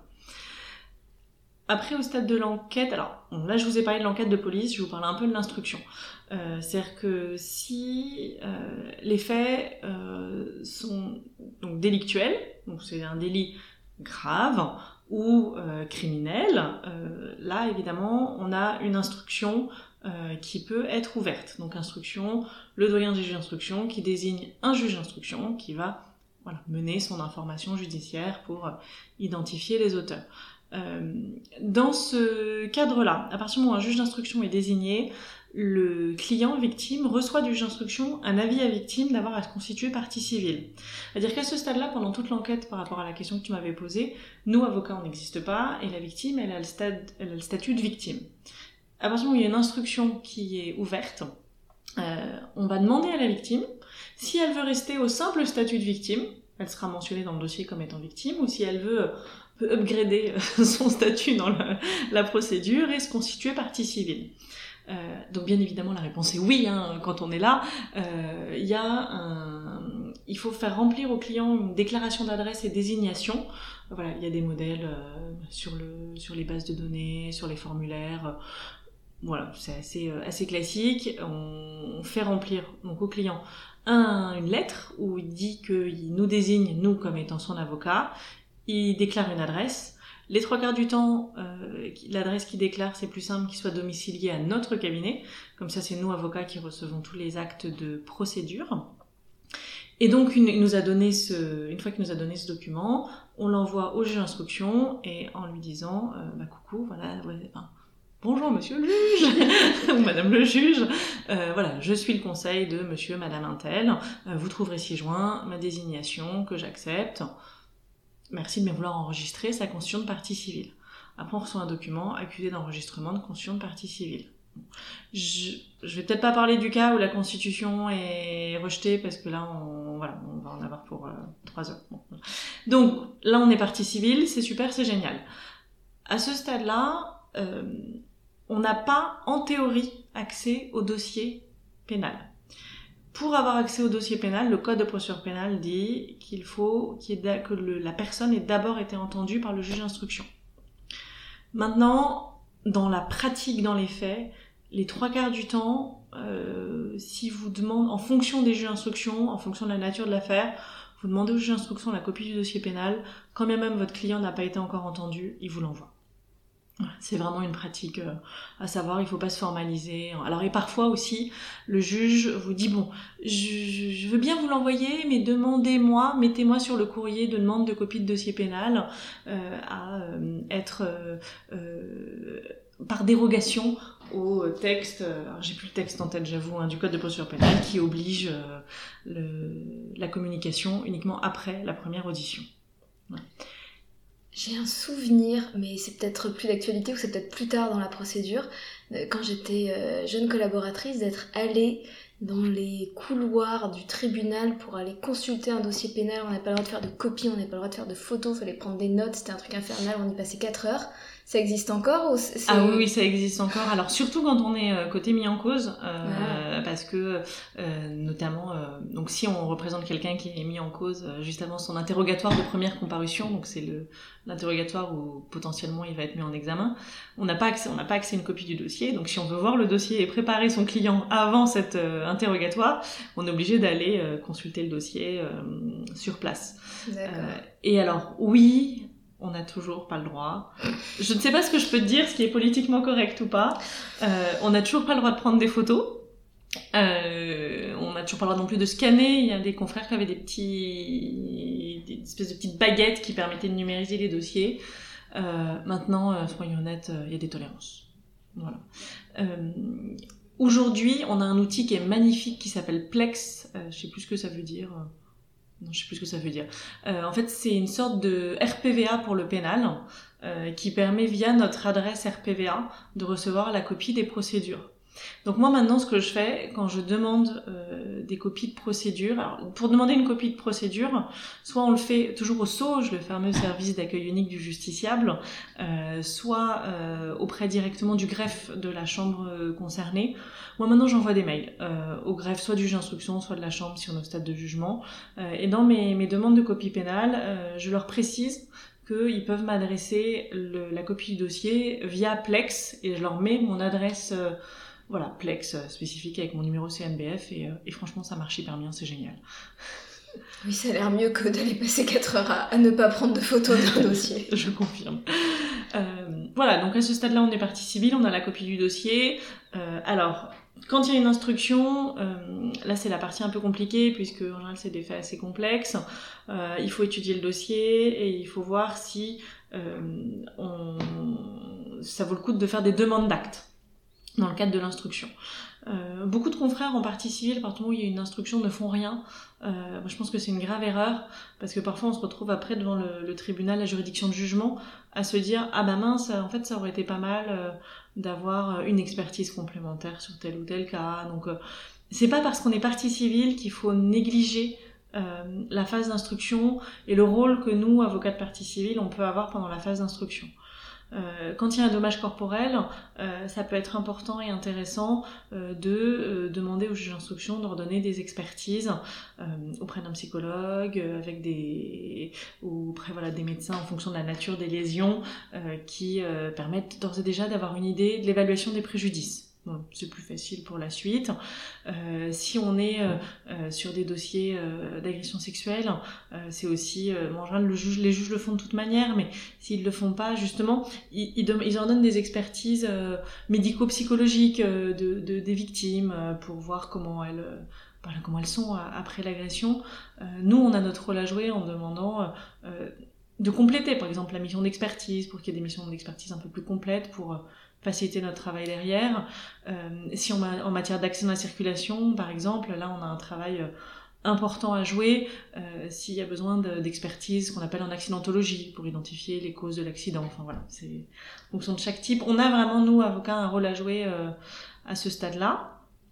Après, au stade de l'enquête, alors bon, là je vous ai parlé de l'enquête de police, je vais vous parler un peu de l'instruction. Euh, c'est-à-dire que si euh, les faits euh, sont donc délictuels, donc c'est un délit grave ou euh, criminel, euh, là évidemment on a une instruction euh, qui peut être ouverte. Donc instruction, le doyen des juges d'instruction qui désigne un juge d'instruction qui va voilà, mener son information judiciaire pour euh, identifier les auteurs. Euh, dans ce cadre-là, à partir du moment où un juge d'instruction est désigné, le client victime reçoit du juge d'instruction un avis à victime d'avoir à se constituer partie civile. C'est-à-dire qu'à ce stade-là, pendant toute l'enquête par rapport à la question que tu m'avais posée, nous, avocats, on n'existe pas, et la victime, elle a le, stade, elle a le statut de victime. À partir du moment où il y a une instruction qui est ouverte, euh, on va demander à la victime si elle veut rester au simple statut de victime, elle sera mentionnée dans le dossier comme étant victime, ou si elle veut peut upgrader son statut dans le, la procédure et se constituer partie civile. Euh, donc bien évidemment la réponse est oui, hein, quand on est là. Euh, y a un... Il faut faire remplir au client une déclaration d'adresse et désignation. Voilà, il y a des modèles euh, sur, le, sur les bases de données, sur les formulaires. Voilà, c'est assez, euh, assez classique. On fait remplir donc au client un, une lettre où il dit qu'il nous désigne, nous, comme étant son avocat. Il déclare une adresse. Les trois quarts du temps, euh, l'adresse qu'il déclare, c'est plus simple qu'il soit domicilié à notre cabinet. Comme ça, c'est nous, avocats, qui recevons tous les actes de procédure. Et donc, une, il nous a donné ce, une fois qu'il nous a donné ce document, on l'envoie au juge d'instruction et en lui disant euh, bah, coucou, voilà, ouais, enfin, bonjour monsieur le juge ou madame le juge, euh, voilà, je suis le conseil de monsieur, madame Intel, euh, vous trouverez ci-joint ma désignation que j'accepte. Merci de bien vouloir enregistrer sa constitution de partie civile. Après, on reçoit un document accusé d'enregistrement de constitution de partie civile. Je, je vais peut-être pas parler du cas où la constitution est rejetée parce que là, on, voilà, on va en avoir pour euh, trois heures. Bon. Donc, là, on est partie civile, c'est super, c'est génial. À ce stade-là, euh, on n'a pas, en théorie, accès au dossier pénal. Pour avoir accès au dossier pénal, le code de procédure pénale dit qu'il faut qu'il y ait, que le, la personne ait d'abord été entendue par le juge d'instruction. Maintenant, dans la pratique, dans les faits, les trois quarts du temps, euh, si vous demandez, en fonction des juges d'instruction, en fonction de la nature de l'affaire, vous demandez au juge d'instruction la copie du dossier pénal, quand bien même votre client n'a pas été encore entendu, il vous l'envoie. C'est vraiment une pratique euh, à savoir, il faut pas se formaliser. Alors et parfois aussi, le juge vous dit bon, je, je veux bien vous l'envoyer, mais demandez-moi, mettez-moi sur le courrier de demande de copie de dossier pénal euh, à euh, être euh, euh, par dérogation au texte, alors j'ai plus le texte en tête, j'avoue, hein, du code de procédure pénale qui oblige euh, le, la communication uniquement après la première audition. Ouais. J'ai un souvenir, mais c'est peut-être plus d'actualité ou c'est peut-être plus tard dans la procédure, quand j'étais jeune collaboratrice, d'être allée dans les couloirs du tribunal pour aller consulter un dossier pénal. On n'avait pas le droit de faire de copies, on n'avait pas le droit de faire de photos, il fallait prendre des notes, c'était un truc infernal, on y passait quatre heures. Ça existe encore ou c'est... Ah oui, oui, ça existe encore. Alors surtout quand on est euh, côté mis en cause, euh, ah. parce que euh, notamment, euh, donc si on représente quelqu'un qui est mis en cause euh, juste avant son interrogatoire de première comparution, donc c'est le l'interrogatoire où potentiellement il va être mis en examen, on n'a pas accès, on n'a pas accès à une copie du dossier. Donc si on veut voir le dossier et préparer son client avant cet euh, interrogatoire, on est obligé d'aller euh, consulter le dossier euh, sur place. D'accord. Euh, et alors oui. On n'a toujours pas le droit. Je ne sais pas ce que je peux te dire, ce qui est politiquement correct ou pas. Euh, on n'a toujours pas le droit de prendre des photos. Euh, on n'a toujours pas le droit non plus de scanner. Il y a des confrères qui avaient des petits, des espèces de petites baguettes qui permettaient de numériser les dossiers. Euh, maintenant, euh, soyons honnêtes, il euh, y a des tolérances. Voilà. Euh, aujourd'hui, on a un outil qui est magnifique qui s'appelle Plex. Euh, je sais plus ce que ça veut dire. Non, je sais plus ce que ça veut dire. Euh, en fait, c'est une sorte de R P V A pour le pénal euh, qui permet via notre adresse R P V A de recevoir la copie des procédures. Donc moi maintenant, ce que je fais quand je demande euh, des copies de procédures, alors pour demander une copie de procédure, soit on le fait toujours au S O J, le fameux service d'accueil unique du justiciable, euh, soit euh, auprès directement du greffe de la chambre euh, concernée. Moi maintenant j'envoie des mails euh, au greffe, soit du juge d'instruction, soit de la chambre si on est au stade de jugement. Euh, et dans mes, mes demandes de copie pénale, euh, je leur précise qu'ils peuvent m'adresser le, la copie du dossier via Plex et je leur mets mon adresse... Euh, Voilà, Plex euh, spécifique avec mon numéro C N B F et, euh, et franchement ça marche hyper bien, c'est génial. Oui, ça a l'air mieux que d'aller passer quatre heures à, à ne pas prendre de photos d'un dossier. Je confirme. Euh, voilà, donc à ce stade-là on est partie civile, on a la copie du dossier. Euh, alors, quand il y a une instruction, euh, là c'est la partie un peu compliquée puisque en général c'est des faits assez complexes. Euh, il faut étudier le dossier et il faut voir si euh, on... ça vaut le coup de faire des demandes d'actes dans le cadre de l'instruction. Euh, beaucoup de confrères en partie civile, partout où il y a une instruction, ne font rien. Euh, moi, je pense que c'est une grave erreur, parce que parfois on se retrouve après devant le, le tribunal, la juridiction de jugement, à se dire « Ah bah mince, en fait ça aurait été pas mal euh, d'avoir une expertise complémentaire sur tel ou tel cas. » Donc euh, c'est pas parce qu'on est partie civile qu'il faut négliger euh, la phase d'instruction et le rôle que nous, avocats de partie civile, on peut avoir pendant la phase d'instruction. Euh, quand il y a un dommage corporel, euh, ça peut être important et intéressant euh, de euh, demander au juge d'instruction de redonner des expertises euh, auprès d'un psychologue, euh, avec des ou auprès voilà des médecins en fonction de la nature des lésions euh, qui euh, permettent d'ores et déjà d'avoir une idée de l'évaluation des préjudices. Bon, c'est plus facile pour la suite. Euh, si on est euh, euh, sur des dossiers euh, d'agression sexuelle, euh, c'est aussi, euh, en général, le juge, les juges le font de toute manière, mais s'ils le font pas, justement, ils, ils, ils en donnent des expertises euh, médico-psychologiques euh, de, de, des victimes euh, pour voir comment elles, euh, voilà, comment elles sont après l'agression. Euh, nous, on a notre rôle à jouer en demandant euh, de compléter, par exemple, la mission d'expertise pour qu'il y ait des missions d'expertise un peu plus complètes pour euh, faciliter notre travail derrière. Euh, si on a, en matière d'accident à la circulation, par exemple, là on a un travail euh, important à jouer euh, s'il y a besoin de, d'expertise qu'on appelle en accidentologie pour identifier les causes de l'accident. Enfin voilà, c'est en fonction de chaque type. On a vraiment, nous, avocats, un rôle à jouer euh, à ce stade-là.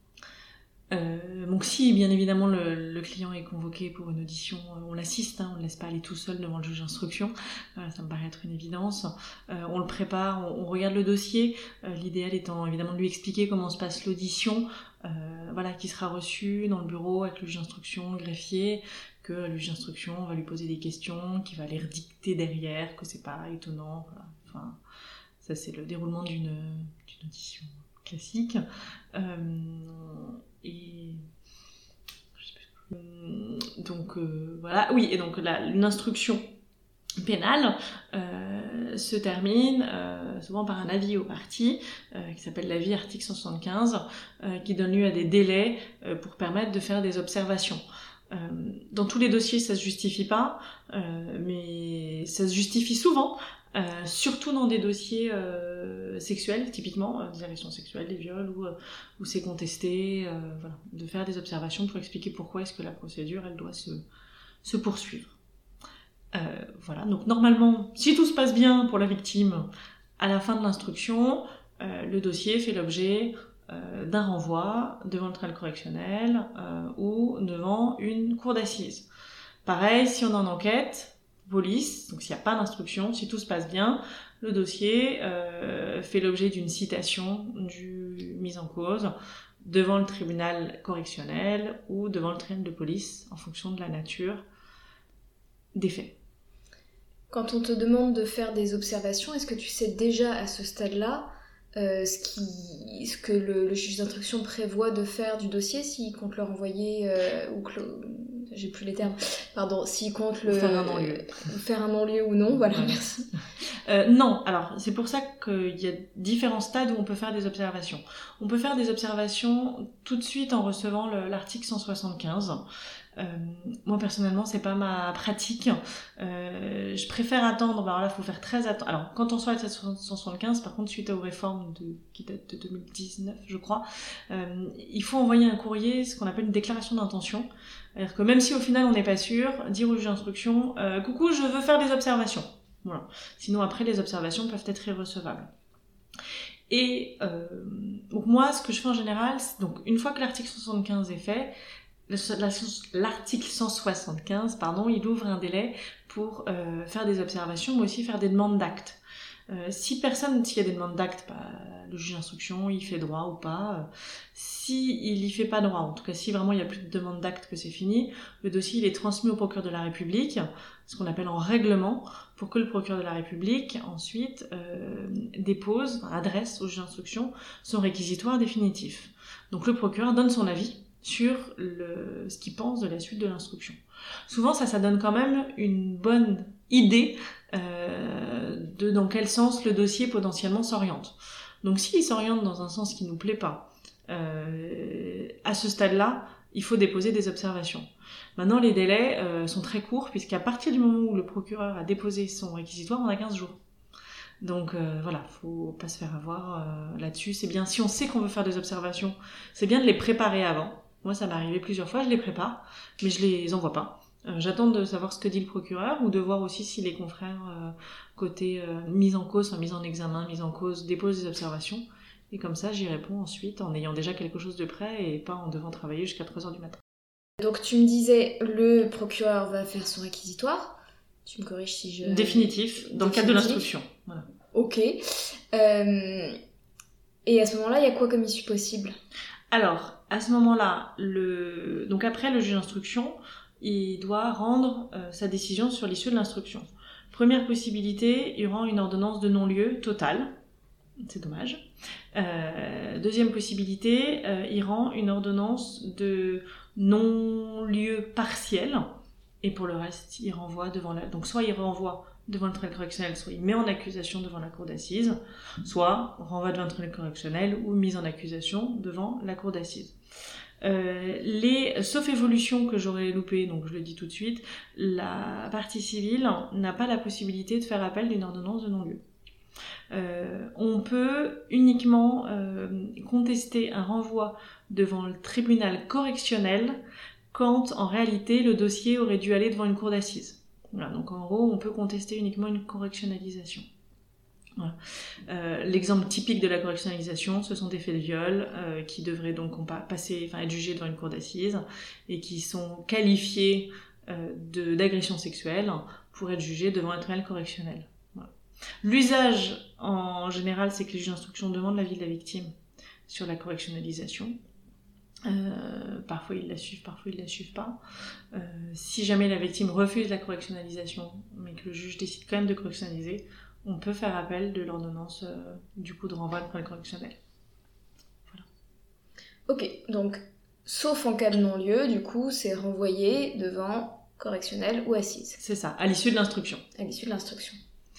Euh, donc si bien évidemment le, le client est convoqué pour une audition, on l'assiste, hein, on ne laisse pas aller tout seul devant le juge d'instruction, euh, ça me paraît être une évidence. Euh, on le prépare, on, on regarde le dossier, euh, l'idéal étant évidemment de lui expliquer comment se passe l'audition, euh, voilà, qui sera reçue dans le bureau avec le juge d'instruction, le greffier, que le juge d'instruction va lui poser des questions, qu'il va les redicter derrière, que c'est pas étonnant, voilà. Enfin, ça c'est le déroulement d'une, d'une audition classique. Euh, et donc euh, voilà, oui, et donc la, une instruction pénale euh, se termine euh, souvent par un avis aux parties euh, qui s'appelle l'avis article cent soixante-quinze euh, qui donne lieu à des délais euh, pour permettre de faire des observations. Euh, dans tous les dossiers ça se justifie pas, euh, mais ça se justifie souvent. Euh, surtout dans des dossiers euh, sexuels, typiquement, euh, des agressions sexuelles, des viols, où, euh, où c'est contesté, euh, voilà, de faire des observations pour expliquer pourquoi est-ce que la procédure, elle doit se, se poursuivre. Euh, voilà, donc normalement, si tout se passe bien pour la victime, à la fin de l'instruction, euh, le dossier fait l'objet euh, d'un renvoi devant le tribunal correctionnel euh, ou devant une cour d'assises. Pareil, si on est en enquête, police, donc s'il n'y a pas d'instruction, si tout se passe bien, le dossier euh, fait l'objet d'une citation du mis en cause devant le tribunal correctionnel ou devant le tribunal de police, en fonction de la nature des faits. Quand on te demande de faire des observations, est-ce que tu sais déjà à ce stade-là euh, ce, qui, ce que le, le juge d'instruction prévoit de faire du dossier, s'il compte le renvoyer euh, ou que le, j'ai plus les termes, pardon, s'il compte le faire un non-lieu, euh, faire un non-lieu ou non, voilà, ouais. merci. Euh, non, alors c'est pour ça qu'il y a différents stades où on peut faire des observations. On peut faire des observations tout de suite en recevant le, l'article cent soixante-quinze. Euh, moi personnellement c'est pas ma pratique, euh, je préfère attendre, bah alors là faut faire très attention. Alors quand on soit à cent soixante-quinze, par contre suite aux réformes de, qui datent de deux mille dix-neuf je crois, euh, il faut envoyer un courrier, ce qu'on appelle une déclaration d'intention, c'est-à-dire que même si au final on n'est pas sûr, dire au juge d'instruction euh, coucou je veux faire des observations, voilà. Sinon après les observations peuvent être irrecevables. Et euh, donc moi ce que je fais en général, c'est, donc une fois que l'article cent soixante-quinze est fait, l'article cent soixante-quinze, pardon, il ouvre un délai pour euh, faire des observations, mais aussi faire des demandes d'actes. Euh, si personne, s'il y a des demandes d'actes, bah, le juge d'instruction, il fait droit ou pas. Si il y fait pas droit, en tout cas si vraiment il n'y a plus de demande d'actes que c'est fini, le dossier il est transmis au procureur de la République, ce qu'on appelle en règlement, pour que le procureur de la République ensuite euh, dépose, enfin, adresse au juge d'instruction son réquisitoire définitif. Donc le procureur donne son avis sur le, ce qu'il pense de la suite de l'instruction. Souvent, ça, ça donne quand même une bonne idée euh, de dans quel sens le dossier potentiellement s'oriente. Donc, s'il s'oriente dans un sens qui nous plaît pas, euh, à ce stade-là, il faut déposer des observations. Maintenant, les délais euh, sont très courts, puisqu'à partir du moment où le procureur a déposé son réquisitoire, on a quinze jours. Donc euh, voilà, faut pas se faire avoir euh, là-dessus. C'est bien, si on sait qu'on veut faire des observations, c'est bien de les préparer avant. Moi, ça m'est arrivé plusieurs fois, je les prépare, mais je les envoie pas. Euh, j'attends de savoir ce que dit le procureur ou de voir aussi si les confrères euh, côté euh, mise en cause, enfin mise en examen, mise en cause, déposent des observations. Et comme ça, j'y réponds ensuite en ayant déjà quelque chose de prêt et pas en devant travailler jusqu'à trois heures du matin. Donc tu me disais, le procureur va faire son réquisitoire. Tu me corriges si je... Définitif, dans Définitif. le cadre de l'instruction. Voilà. Ok. Euh... Et à ce moment-là, il y a quoi comme issue possible ? Alors, à ce moment-là, le... donc après le juge d'instruction, il doit rendre euh, sa décision sur l'issue de l'instruction. Première possibilité, il rend une ordonnance de non-lieu totale. C'est dommage. Euh, deuxième possibilité, euh, il rend une ordonnance de non-lieu partiel. Et pour le reste, il renvoie devant la... Donc soit il renvoie devant le tribunal correctionnel, soit il met en accusation devant la cour d'assises, soit renvoi devant le tribunal correctionnel ou mise en accusation devant la cour d'assises. Euh, les, sauf évolution que j'aurais loupé, donc je le dis tout de suite, la partie civile n'a pas la possibilité de faire appel d'une ordonnance de non-lieu. Euh, on peut uniquement euh, contester un renvoi devant le tribunal correctionnel quand en réalité le dossier aurait dû aller devant une cour d'assises. Voilà, donc en gros, on peut contester uniquement une correctionnalisation. Voilà. Euh, l'exemple typique de la correctionnalisation, ce sont des faits de viol euh, qui devraient donc passer, enfin être jugés devant une cour d'assises et qui sont qualifiés euh, de, d'agression sexuelle pour être jugés devant un tribunal correctionnel. Voilà. L'usage en général, c'est que les juges d'instruction demandent l'avis de la victime sur la correctionnalisation. Euh, parfois ils la suivent, parfois ils la suivent pas. Euh, si jamais la victime refuse la correctionnalisation, mais que le juge décide quand même de correctionnaliser, on peut faire appel de l'ordonnance euh, du coup de renvoi devant le correctionnel. Voilà. Ok, donc sauf en cas de non-lieu, du coup c'est renvoyé devant correctionnel ou assise. C'est ça, à l'issue de l'instruction. À l'issue de l'instruction.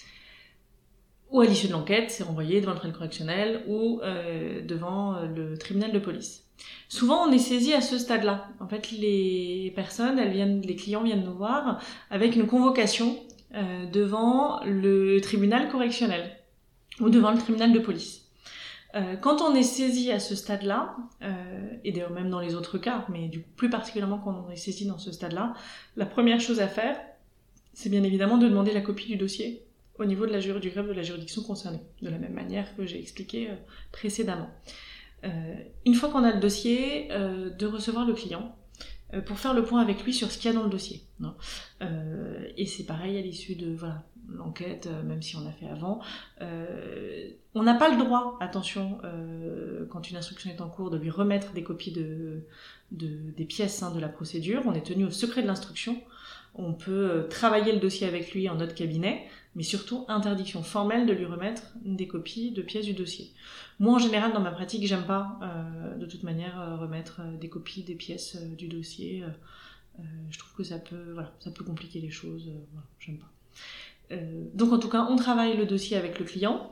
Ou à l'issue de l'enquête, c'est renvoyé devant le tribunal correctionnel ou euh, devant le tribunal de police. Souvent, on est saisi à ce stade-là. En fait, les personnes, elles viennent, les clients viennent nous voir avec une convocation euh, devant le tribunal correctionnel ou devant le tribunal de police. Euh, quand on est saisi à ce stade-là, euh, et d'ailleurs même dans les autres cas, mais du coup, plus particulièrement quand on est saisi dans ce stade-là, la première chose à faire, c'est bien évidemment de demander la copie du dossier au niveau de la jur- du greffe de la juridiction concernée, de la même manière que j'ai expliqué euh, précédemment. Euh, une fois qu'on a le dossier, euh, de recevoir le client euh, pour faire le point avec lui sur ce qu'il y a dans le dossier. Non euh, et c'est pareil à l'issue de voilà, l'enquête, euh, même si on a fait avant. Euh, on n'a pas le droit, attention, euh, quand une instruction est en cours, de lui remettre des copies de, de, des pièces hein, de la procédure. On est tenu au secret de l'instruction. On peut travailler le dossier avec lui en notre cabinet, mais surtout interdiction formelle de lui remettre des copies de pièces du dossier. Moi, en général, dans ma pratique, j'aime pas, euh, de toute manière, euh, remettre des copies des pièces euh, du dossier. Euh, je trouve que ça peut, voilà, ça peut compliquer les choses. Euh, voilà, j'aime pas. Euh, donc, en tout cas, on travaille le dossier avec le client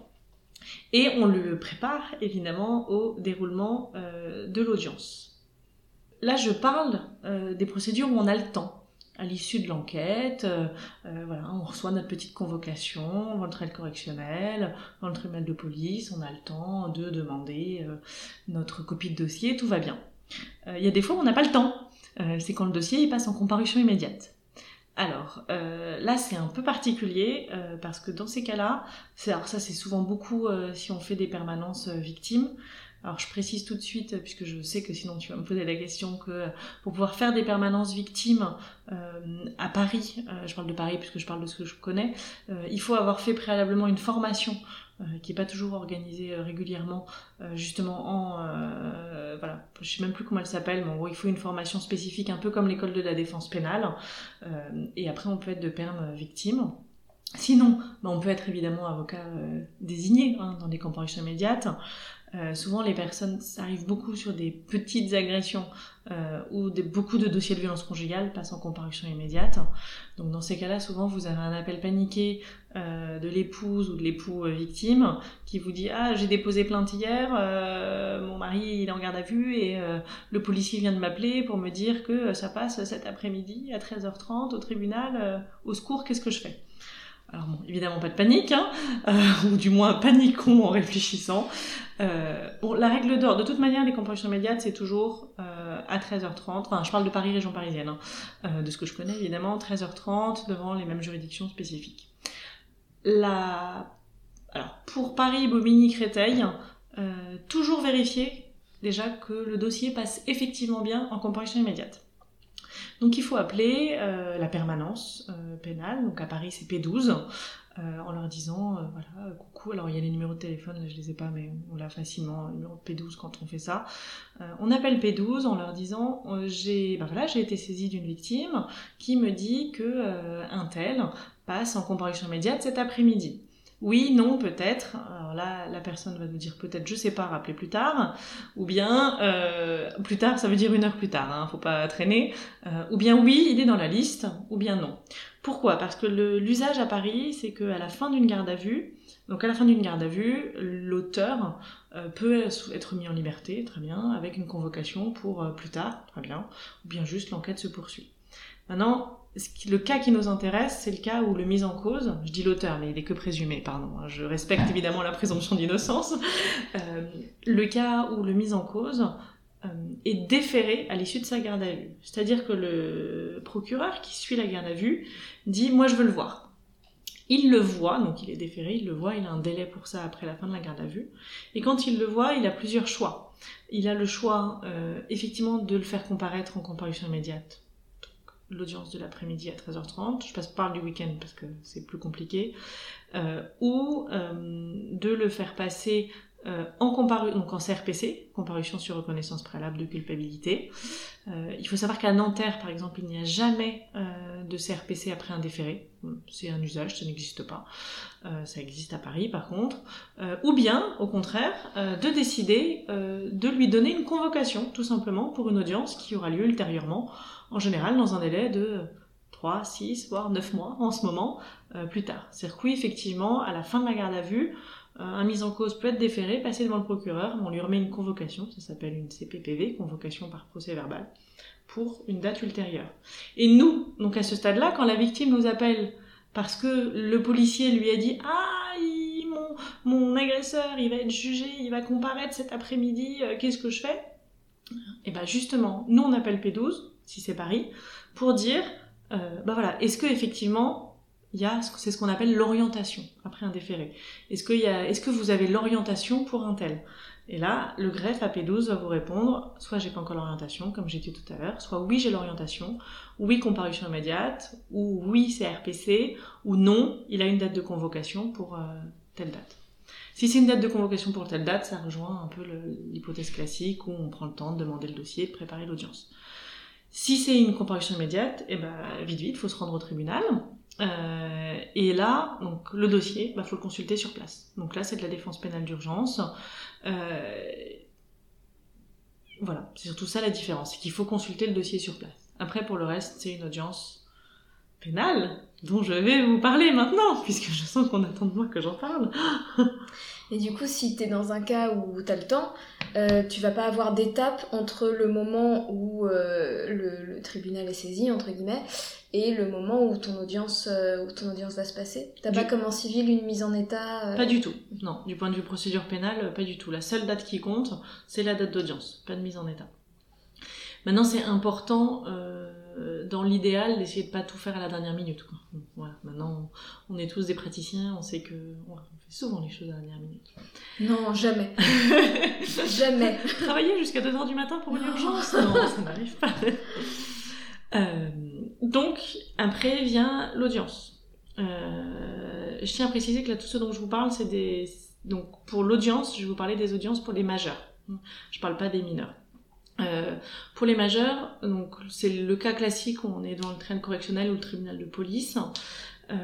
et on le prépare, évidemment, au déroulement euh, de l'audience. Là, je parle euh, des procédures où on a le temps. À l'issue de l'enquête, euh, euh, voilà, on reçoit notre petite convocation dans le tribunal correctionnel, dans le tribunal de police, on a le temps de demander euh, notre copie de dossier, tout va bien. Il euh, y a des fois où on n'a pas le temps, euh, c'est quand le dossier il passe en comparution immédiate. Alors euh, là c'est un peu particulier euh, parce que dans ces cas-là, c'est, alors ça c'est souvent beaucoup euh, si on fait des permanences euh, victimes. Alors je précise tout de suite, puisque je sais que sinon tu vas me poser la question, que pour pouvoir faire des permanences victimes euh, à Paris, euh, je parle de Paris puisque je parle de ce que je connais, euh, il faut avoir fait préalablement une formation euh, qui n'est pas toujours organisée euh, régulièrement, euh, justement en... Euh, voilà, je sais même plus comment elle s'appelle, mais en gros il faut une formation spécifique, un peu comme l'école de la défense pénale, euh, et après on peut être de perm victime. Sinon, bah, on peut être évidemment avocat euh, désigné hein, dans des comparutions immédiates. Euh, souvent, les personnes, ça arrive beaucoup sur des petites agressions euh, ou des, beaucoup de dossiers de violence conjugale passent en comparution immédiate. Donc, dans ces cas-là, souvent, vous avez un appel paniqué euh, de l'épouse ou de l'époux euh, victime qui vous dit « Ah, j'ai déposé plainte hier, euh, mon mari il est en garde à vue et euh, le policier vient de m'appeler pour me dire que ça passe cet après-midi à treize heures trente au tribunal. Euh, au secours, qu'est-ce que je fais ?» Alors bon, évidemment pas de panique, hein, euh, ou du moins paniquons en réfléchissant. Euh, bon, la règle d'or, de toute manière, les comparutions immédiates, c'est toujours euh, à treize heures trente, enfin je parle de Paris, région parisienne, hein, euh, de ce que je connais évidemment, treize heures trente devant les mêmes juridictions spécifiques. La... Alors, pour Paris, Bobigny, Créteil, euh, toujours vérifier déjà que le dossier passe effectivement bien en comparution immédiate. Donc il faut appeler euh, la permanence euh, pénale, donc à Paris c'est P douze, euh, en leur disant, euh, voilà, euh, coucou, alors il y a les numéros de téléphone, là je les ai pas, mais on l'a facilement, le numéro de P douze quand on fait ça. Euh, on appelle P douze en leur disant, euh, j'ai, ben voilà, j'ai été saisie d'une victime qui me dit que euh, un tel passe en comparution immédiate cet après-midi. Oui, non, peut-être. Alors là, la personne va nous dire peut-être, je sais pas, rappelez plus tard. Ou bien, euh, plus tard, ça veut dire une heure plus tard, hein, faut pas traîner. Euh, ou bien oui, il est dans la liste, ou bien non. Pourquoi ? Parce que le, l'usage à Paris, c'est qu'à la fin d'une garde à vue, donc à la fin d'une garde à vue, l'auteur euh, peut être mis en liberté, très bien, avec une convocation pour euh, plus tard, très bien, ou bien juste l'enquête se poursuit. Maintenant, le cas qui nous intéresse, c'est le cas où le mis en cause, je dis l'auteur, mais il est que présumé, pardon, je respecte évidemment la présomption d'innocence, euh, le cas où le mis en cause euh, est déféré à l'issue de sa garde à vue. C'est-à-dire que le procureur qui suit la garde à vue dit « moi je veux le voir ». Il le voit, donc il est déféré, il le voit, il a un délai pour ça après la fin de la garde à vue, et quand il le voit, il a plusieurs choix. Il a le choix, euh, effectivement, de le faire comparaître en comparution immédiate, l'audience de l'après-midi à treize heures trente, je passe par du week-end parce que c'est plus compliqué, euh, ou euh, de le faire passer euh, en comparu- donc en C R P C, comparution sur reconnaissance préalable de culpabilité. Euh, il faut savoir qu'à Nanterre, par exemple, il n'y a jamais euh, de C R P C après un déféré. C'est un usage, ça n'existe pas. Euh, ça existe à Paris, par contre. Euh, ou bien, au contraire, euh, de décider euh, de lui donner une convocation, tout simplement, pour une audience qui aura lieu ultérieurement, en général dans un délai de trois, six, voire neuf mois en ce moment, euh, plus tard. C'est-à-dire que oui, effectivement, à la fin de la garde à vue, euh, un mis en cause peut être déféré, passer devant le procureur, on lui remet une convocation, ça s'appelle une C P P V, convocation par procès verbal, pour une date ultérieure. Et nous, donc à ce stade-là, quand la victime nous appelle parce que le policier lui a dit « Ah, il, mon, mon agresseur, il va être jugé, il va comparaître cet après-midi, euh, qu'est-ce que je fais ?» Et bien justement, nous on appelle P douze, si c'est Paris, pour dire, euh, bah voilà, est-ce que effectivement il y a, c'est ce qu'on appelle l'orientation après un déféré. Est-ce qu'il y a, est-ce que vous avez l'orientation pour un tel ? Et là, le greffe A P douze va vous répondre, soit j'ai pas encore l'orientation, comme j'ai dit tout à l'heure, soit oui j'ai l'orientation, oui comparution immédiate, ou oui c'est R P C, ou non, il a une date de convocation pour euh, telle date. Si c'est une date de convocation pour telle date, ça rejoint un peu le, l'hypothèse classique où on prend le temps de demander le dossier, de préparer l'audience. Si c'est une comparution immédiate, eh ben, vite vite, il faut se rendre au tribunal. Euh, et là, donc, le dossier, bah, faut le consulter sur place. Donc là, c'est de la défense pénale d'urgence. Euh, voilà, c'est surtout ça la différence, c'est qu'il faut consulter le dossier sur place. Après, pour le reste, c'est une audience pénale dont je vais vous parler maintenant, puisque je sens qu'on attend de moi que j'en parle. Et du coup, si t'es dans un cas où t'as le temps, euh, tu vas pas avoir d'étape entre le moment où euh, le, le tribunal est saisi, entre guillemets, et le moment où ton audience, euh, où ton audience va se passer. T'as du... pas comme en civil une mise en état euh... Pas du tout, non. Du point de vue procédure pénale, pas du tout. La seule date qui compte, c'est la date d'audience, pas de mise en état. Maintenant, c'est important... Euh... dans l'idéal, d'essayer de pas tout faire à la dernière minute, quoi. Voilà. Maintenant, on est tous des praticiens, on sait que on fait souvent les choses à la dernière minute. Non, jamais. Jamais. Travailler jusqu'à deux heures du matin pour une urgence, non, ça n'arrive pas. Euh, donc, après vient l'audience. Euh, je tiens à préciser que là, tout ce dont je vous parle, c'est des... Donc, pour l'audience, je vais vous parler des audiences pour les majeurs. Je parle pas des mineurs. Euh, pour les majeurs, donc c'est le cas classique où on est dans le tribunal correctionnel ou le tribunal de police. Euh,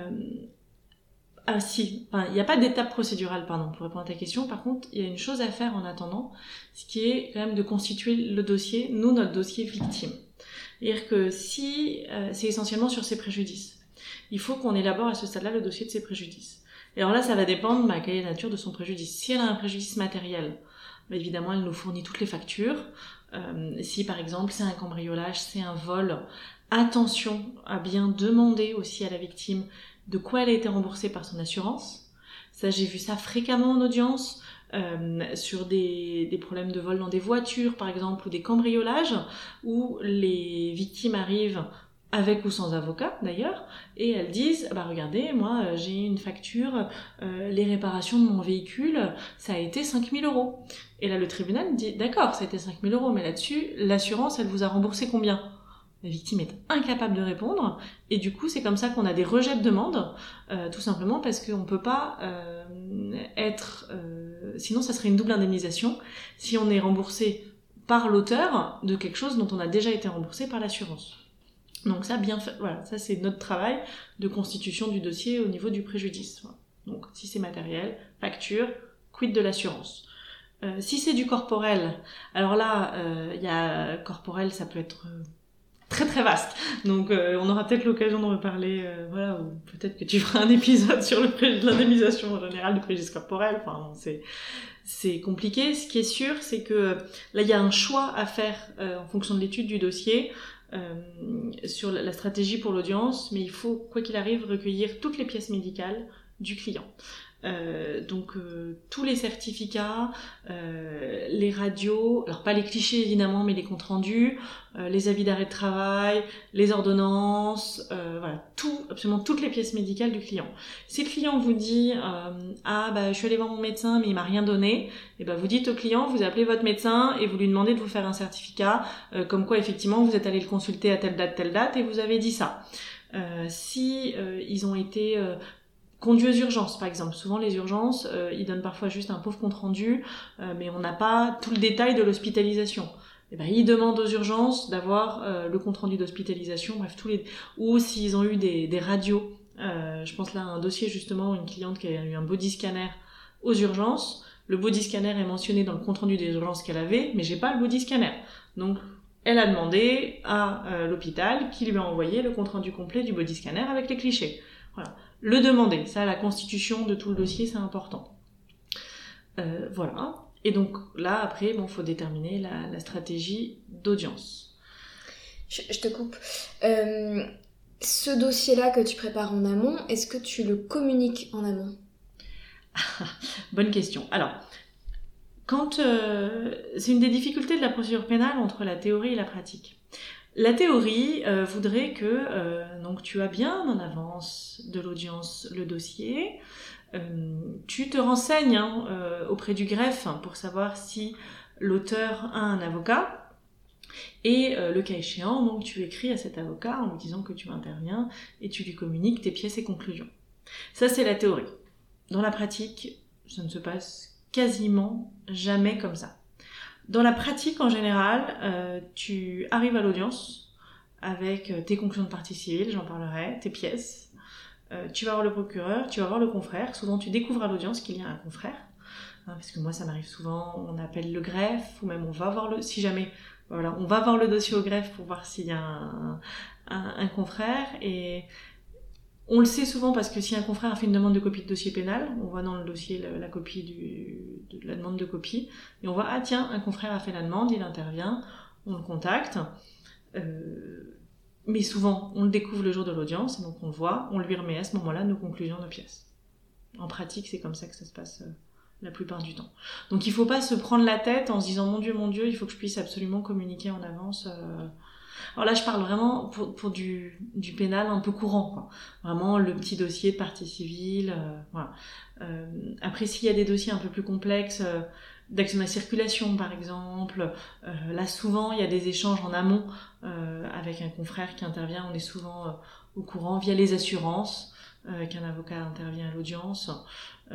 ah si, enfin, il n'y a pas d'étape procédurale, pardon, pour répondre à ta question. Par contre, il y a une chose à faire en attendant, ce qui est quand même de constituer le dossier, nous, notre dossier victime. C'est-à-dire que si euh, c'est essentiellement sur ses préjudices, il faut qu'on élabore à ce stade-là le dossier de ses préjudices. Et alors là, ça va dépendre de bah, quelle est la nature de son préjudice. Si elle a un préjudice matériel, bah, évidemment, elle nous fournit toutes les factures. Euh, si par exemple c'est un cambriolage, c'est un vol, attention à bien demander aussi à la victime de quoi elle a été remboursée par son assurance. Ça, j'ai vu ça fréquemment en audience, euh, sur des, des problèmes de vol dans des voitures par exemple, ou des cambriolages, où les victimes arrivent avec ou sans avocat d'ailleurs, et elles disent bah regardez, moi j'ai une facture, euh, les réparations de mon véhicule, ça a été cinq mille euros. Et là le tribunal dit d'accord, ça a été cinq mille euros, mais là-dessus l'assurance elle vous a remboursé combien ? La victime est incapable de répondre, et du coup c'est comme ça qu'on a des rejets de demande, euh, tout simplement parce qu'on peut pas euh, être, euh, sinon ça serait une double indemnisation si on est remboursé par l'auteur de quelque chose dont on a déjà été remboursé par l'assurance. Donc ça, bien fait, voilà, ça c'est notre travail de constitution du dossier au niveau du préjudice. Voilà. Donc si c'est matériel, facture, quid de l'assurance. Euh, si c'est du corporel, alors là, il euh, y a corporel, ça peut être euh, très très vaste. Donc euh, on aura peut-être l'occasion de reparler, euh, voilà, ou peut-être que tu feras un épisode sur le pré- l'indemnisation générale du préjudice corporel. Enfin, bon, c'est c'est compliqué. Ce qui est sûr, c'est que là il y a un choix à faire euh, en fonction de l'étude du dossier. Euh, sur la stratégie pour l'audience, mais il faut, quoi qu'il arrive, recueillir toutes les pièces médicales du client. Euh, donc euh, tous les certificats, euh, les radios, alors pas les clichés évidemment, mais les comptes rendus, euh, les avis d'arrêt de travail, les ordonnances, euh, voilà, tout, absolument toutes les pièces médicales du client. Si le client vous dit euh, ah bah je suis allé voir mon médecin mais il m'a rien donné, et ben vous dites au client, vous appelez votre médecin et vous lui demandez de vous faire un certificat euh, comme quoi effectivement vous êtes allé le consulter à telle date telle date et vous avez dit ça. Euh, si euh, ils ont été euh, conduit aux urgences, par exemple. Souvent, les urgences, euh, ils donnent parfois juste un pauvre compte-rendu, euh, mais on n'a pas tout le détail de l'hospitalisation. Et ben, ils demandent aux urgences d'avoir euh, le compte-rendu d'hospitalisation, bref, tous les... Ou s'ils ont eu des, des radios. Euh, je pense là à un dossier, justement, une cliente qui a eu un body scanner aux urgences. Le body scanner est mentionné dans le compte-rendu des urgences qu'elle avait, mais j'ai pas le body scanner. Donc, elle a demandé à euh, l'hôpital qui lui a envoyé le compte-rendu complet du body scanner avec les clichés. Voilà. Le demander, ça, la constitution de tout le dossier, c'est important. Euh, voilà. Et donc là, après, bon, faut déterminer la, la stratégie d'audience. Je, je te coupe. Euh, ce dossier-là que tu prépares en amont, est-ce que tu le communiques en amont ? Bonne question. Alors, quand euh, c'est une des difficultés de la procédure pénale entre la théorie et la pratique. La théorie euh, voudrait que euh, donc tu as bien en avance de l'audience le dossier, euh, tu te renseignes hein, euh, auprès du greffe pour savoir si l'auteur a un avocat, et euh, le cas échéant, donc tu écris à cet avocat en lui disant que tu interviens et tu lui communiques tes pièces et conclusions. Ça c'est la théorie. Dans la pratique, ça ne se passe quasiment jamais comme ça. Dans la pratique, en général, euh, tu arrives à l'audience avec tes conclusions de partie civile, j'en parlerai, tes pièces. Euh, tu vas voir le procureur, tu vas voir le confrère. Souvent, tu découvres à l'audience qu'il y a un confrère. Hein, parce que moi, ça m'arrive souvent, on appelle le greffe, ou même on va voir le... Si jamais, voilà, on va voir le dossier au greffe pour voir s'il y a un, un, un confrère. Et on le sait souvent parce que si un confrère a fait une demande de copie de dossier pénal, on voit dans le dossier la, la copie du, de la demande de copie, et on voit, ah tiens, un confrère a fait la demande, il intervient, on le contacte, euh, mais souvent, on le découvre le jour de l'audience, donc on le voit, on lui remet à ce moment-là nos conclusions, nos pièces. En pratique, c'est comme ça que ça se passe euh, la plupart du temps. Donc il faut pas se prendre la tête en se disant, mon Dieu, mon Dieu, il faut que je puisse absolument communiquer en avance... Euh, Alors là, je parle vraiment pour, pour du, du pénal un peu courant, quoi. Vraiment le petit dossier de partie civile. Euh, voilà. Euh, après, s'il y a des dossiers un peu plus complexes, euh, d'accident de la circulation par exemple, euh, là souvent il y a des échanges en amont euh, avec un confrère qui intervient. On est souvent euh, au courant via les assurances euh, qu'un avocat intervient à l'audience. Euh,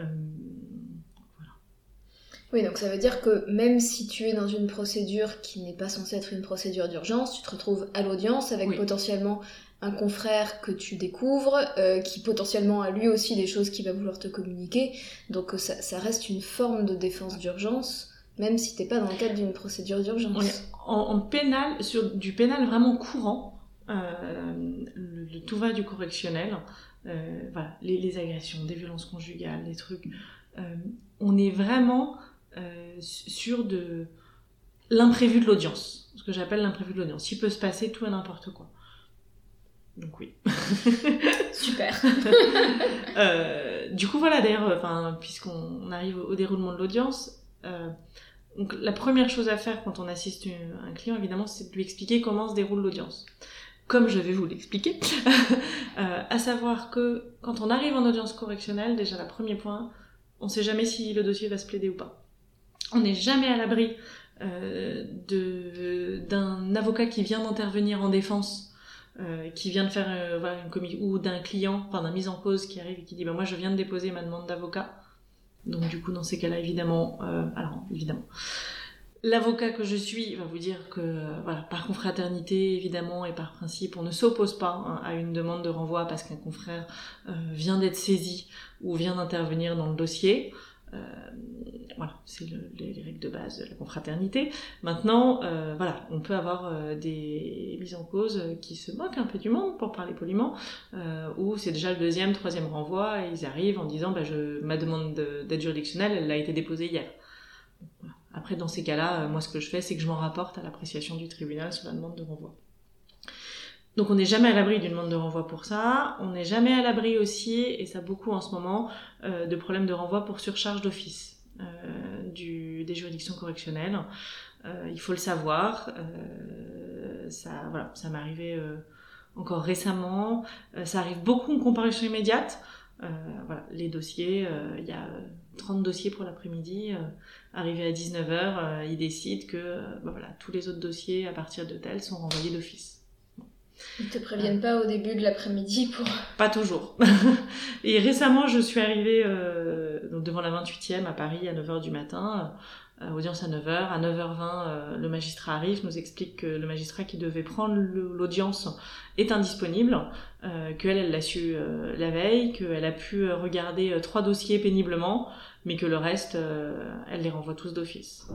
Oui, donc ça veut dire que même si tu es dans une procédure qui n'est pas censée être une procédure d'urgence, tu te retrouves à l'audience avec oui. potentiellement un confrère que tu découvres, euh, qui potentiellement a lui aussi des choses qu'il va vouloir te communiquer. Donc ça, ça reste une forme de défense d'urgence, même si t'es pas dans le cadre d'une procédure d'urgence. Oui. En, en pénal, sur du pénal vraiment courant, euh, le, le tout va du correctionnel, euh, voilà, les, les agressions, des violences conjugales, des trucs, euh, on est vraiment... Euh, sur de l'imprévu de l'audience, ce que j'appelle l'imprévu de l'audience. Il peut se passer tout et n'importe quoi. Donc oui. Super. euh, du coup voilà, d'ailleurs, enfin, puisqu'on arrive au déroulement de l'audience, euh, donc la première chose à faire quand on assiste un client, évidemment, c'est de lui expliquer comment se déroule l'audience. Comme je vais vous l'expliquer, euh, à savoir que quand on arrive en audience correctionnelle, déjà le premier point, on ne sait jamais si le dossier va se plaider ou pas. On n'est jamais à l'abri euh, de, d'un avocat qui vient d'intervenir en défense, euh, qui vient de faire euh, voilà, une commission, ou d'un client, enfin d'un mise en cause qui arrive et qui dit bah, « moi je viens de déposer ma demande d'avocat ». Donc du coup dans ces cas-là évidemment, euh, alors évidemment, l'avocat que je suis va vous dire que euh, voilà, par confraternité évidemment et par principe on ne s'oppose pas hein, à une demande de renvoi parce qu'un confrère euh, vient d'être saisi ou vient d'intervenir dans le dossier. Euh, voilà, c'est le, les, les règles de base de la confraternité. Maintenant, euh, voilà, on peut avoir euh, des mises en cause qui se moquent un peu du monde, pour parler poliment, euh, où c'est déjà le deuxième, troisième renvoi, et ils arrivent en disant bah, je, ma demande de, d'aide juridictionnelle, elle a été déposée hier. Voilà. Après, dans ces cas-là, euh, moi ce que je fais, c'est que je m'en rapporte à l'appréciation du tribunal sur la demande de renvoi. Donc on n'est jamais à l'abri d'une demande de renvoi pour ça, on n'est jamais à l'abri aussi, et ça beaucoup en ce moment, euh, de problèmes de renvoi pour surcharge d'office euh, du, des juridictions correctionnelles. Euh, il faut le savoir, euh, ça, voilà, ça m'est arrivé euh, encore récemment, euh, ça arrive beaucoup en comparution immédiate. Euh, voilà, les dossiers, euh, il y a trente dossiers pour l'après-midi, euh, arrivé à dix-neuf heures, euh, ils décident que euh, bah voilà, tous les autres dossiers à partir de tel sont renvoyés d'office. Ils te préviennent pas au début de l'après-midi pour... Pas toujours. Et récemment, je suis arrivée euh, donc devant la vingt-huitième à Paris à neuf heures du matin, euh, audience à neuf heures. À neuf heures vingt, euh, le magistrat arrive, nous explique que le magistrat qui devait prendre le, l'audience est indisponible, euh, qu'elle, elle l'a su euh, la veille, qu'elle a pu regarder euh, trois dossiers péniblement, mais que le reste, euh, elle les renvoie tous d'office.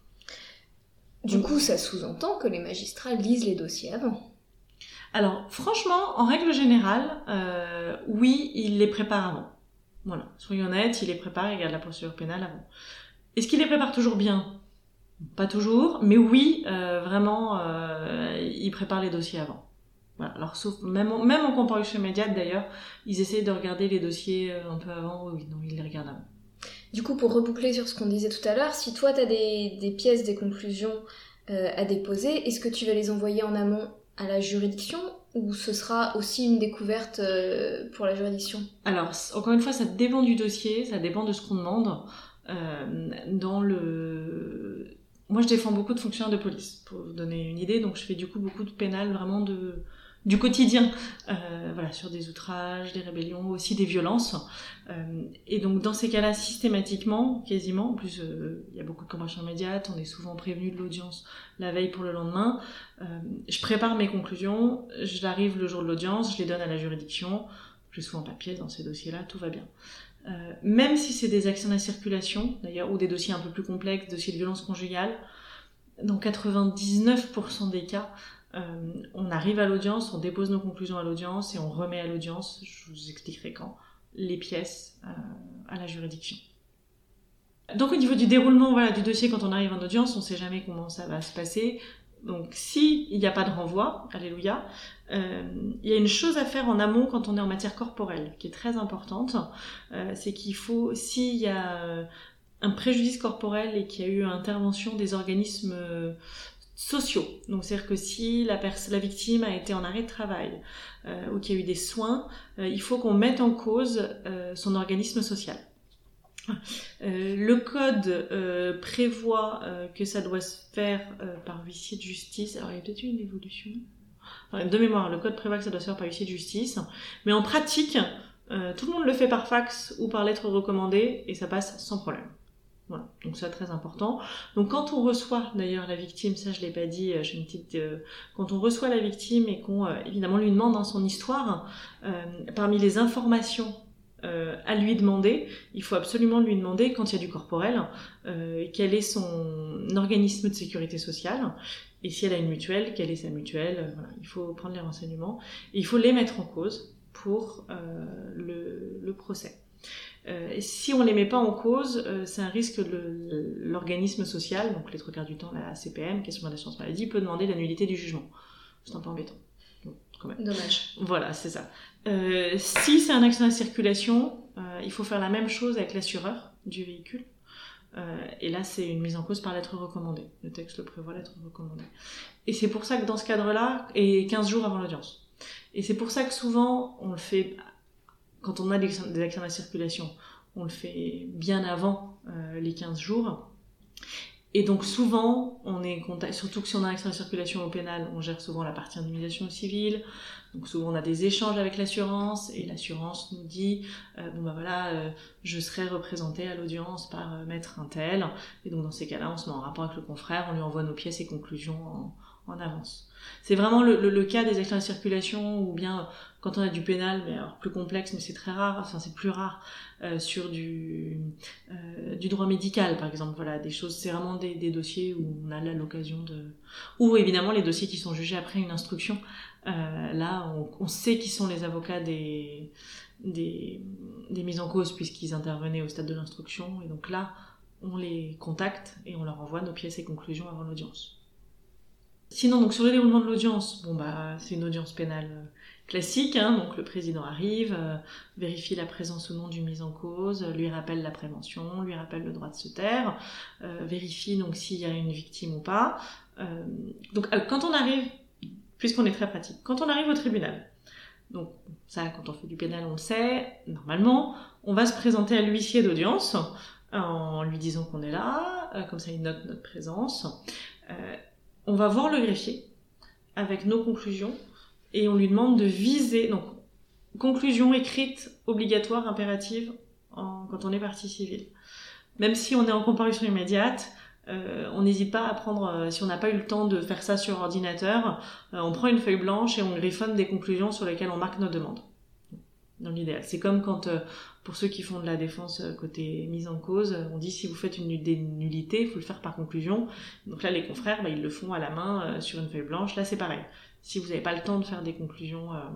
Du donc, coup, ça sous-entend que les magistrats lisent les dossiers avant. Alors, franchement, en règle générale, euh, oui, il les prépare avant. Voilà, soyons honnêtes, il les prépare, il regarde la procédure pénale avant. Est-ce qu'il les prépare toujours bien ? Pas toujours, mais oui, euh, vraiment, euh, il prépare les dossiers avant. Voilà. Alors, sauf, même en, même en comparution immédiate d'ailleurs, ils essaient de regarder les dossiers un peu avant, oui, non, ils les regardent avant. Du coup, pour reboucler sur ce qu'on disait tout à l'heure, si toi t'as des, des pièces, des conclusions euh, à déposer, est-ce que tu vas les envoyer en amont à la juridiction ou ce sera aussi une découverte euh, pour la juridiction? Alors, encore une fois, ça dépend du dossier, ça dépend de ce qu'on demande. Euh, dans le... Moi, je défends beaucoup de fonctionnaires de police, pour vous donner une idée. Donc, je fais du coup beaucoup de pénal, vraiment de... du quotidien, euh, voilà, sur des outrages, des rébellions, aussi des violences. Euh, et donc, dans ces cas-là, systématiquement, quasiment, en plus, il euh, y a beaucoup de comparutions immédiates, on est souvent prévenu de l'audience la veille pour le lendemain. Euh, je prépare mes conclusions, j'arrive le jour de l'audience, je les donne à la juridiction. J'ai souvent papier dans ces dossiers-là, tout va bien. Euh, même si c'est des actions de circulation, d'ailleurs, ou des dossiers un peu plus complexes, dossiers de violence conjugale, dans quatre-vingt-dix-neuf pour cent des cas, euh, on arrive à l'audience, on dépose nos conclusions à l'audience et on remet à l'audience, je vous expliquerai quand, les pièces euh, à la juridiction. Donc au niveau du déroulement voilà, du dossier, quand on arrive en audience, on ne sait jamais comment ça va se passer. Donc s'il n'y a pas de renvoi, alléluia, euh, il y a une chose à faire en amont quand on est en matière corporelle, qui est très importante, euh, c'est qu'il faut, s'il y a un préjudice corporel et qu'il y a eu intervention des organismes euh, sociaux, donc c'est-à-dire que si la, pers- la victime a été en arrêt de travail euh, ou qu'il y a eu des soins, euh, il faut qu'on mette en cause euh, son organisme social. Euh, le code euh, prévoit euh, que ça doit se faire euh, par huissier de justice. Alors il y a peut-être eu une évolution. Enfin, de mémoire, le code prévoit que ça doit se faire par huissier de justice. Mais en pratique, euh, tout le monde le fait par fax ou par lettre recommandée et ça passe sans problème. Voilà, donc c'est très important. Donc quand on reçoit d'ailleurs la victime, ça je l'ai pas dit, j'ai une petite, euh, quand on reçoit la victime et qu'on euh, évidemment lui demande dans son histoire, euh, parmi les informations Euh, à lui demander, il faut absolument lui demander quand il y a du corporel, euh, quel est son organisme de sécurité sociale et si elle a une mutuelle, quelle est sa mutuelle, euh, voilà, il faut prendre les renseignements et il faut les mettre en cause pour euh, le, le procès. Euh, et si on les met pas en cause, euh, c'est un risque que le, l'organisme social, donc les trois quarts du temps la C P M, Caisse d'assurance maladie, peut demander la nullité du jugement. C'est un peu embêtant. Donc, quand même. Dommage. Voilà, c'est ça. Euh, si c'est un accident de circulation, euh, il faut faire la même chose avec l'assureur du véhicule. Euh, et là, c'est une mise en cause par lettre recommandée. Le texte le prévoit, lettre recommandée. Et c'est pour ça que dans ce cadre-là, et quinze jours avant l'audience. Et c'est pour ça que souvent, on le fait, quand on a des, des accidents de circulation, on le fait bien avant euh, les quinze jours. Et donc souvent, on est contact... surtout que si on a un accident de circulation au pénal, on gère souvent la partie indemnisation au civil. Donc souvent on a des échanges avec l'assurance et l'assurance nous dit euh, bon bah voilà, euh, je serai représentée à l'audience par euh, maître un tel. Et donc dans ces cas-là, on se met en rapport avec le confrère, on lui envoie nos pièces et conclusions en, en avance. C'est vraiment le, le, le cas des accidents de circulation ou bien quand on a du pénal, mais alors plus complexe, mais c'est très rare, enfin c'est plus rare, euh, sur du, euh, du droit médical par exemple, voilà, des choses, c'est vraiment des, des dossiers où on a là l'occasion de... Ou évidemment les dossiers qui sont jugés après une instruction, euh, là on, on sait qui sont les avocats des, des, des mises en cause puisqu'ils intervenaient au stade de l'instruction, et donc là on les contacte et on leur envoie nos pièces et conclusions avant l'audience. Sinon, donc sur le déroulement de l'audience, bon bah c'est une audience pénale classique, hein, donc le président arrive, euh, vérifie la présence ou non du mis en cause, lui rappelle la prévention, lui rappelle le droit de se taire, euh, vérifie donc s'il y a une victime ou pas. Euh, donc euh, quand on arrive, puisqu'on est très pratique, quand on arrive au tribunal, donc ça quand on fait du pénal on le sait, normalement on va se présenter à l'huissier d'audience en lui disant qu'on est là, euh, comme ça il note notre présence. Euh, On va voir le greffier avec nos conclusions et on lui demande de viser, donc conclusion écrite, obligatoire, impérative en, quand on est partie civile. Même si on est en comparution immédiate, euh, on n'hésite pas à prendre, euh, si on n'a pas eu le temps de faire ça sur ordinateur, euh, on prend une feuille blanche et on griffonne des conclusions sur lesquelles on marque nos demandes. Dans l'idéal. C'est comme quand, euh, pour ceux qui font de la défense euh, côté mise en cause, on dit si vous faites une des nullités, il faut le faire par conclusion. Donc là, les confrères, bah, ils le font à la main euh, sur une feuille blanche. Là, c'est pareil. Si vous n'avez pas le temps de faire des conclusions euh,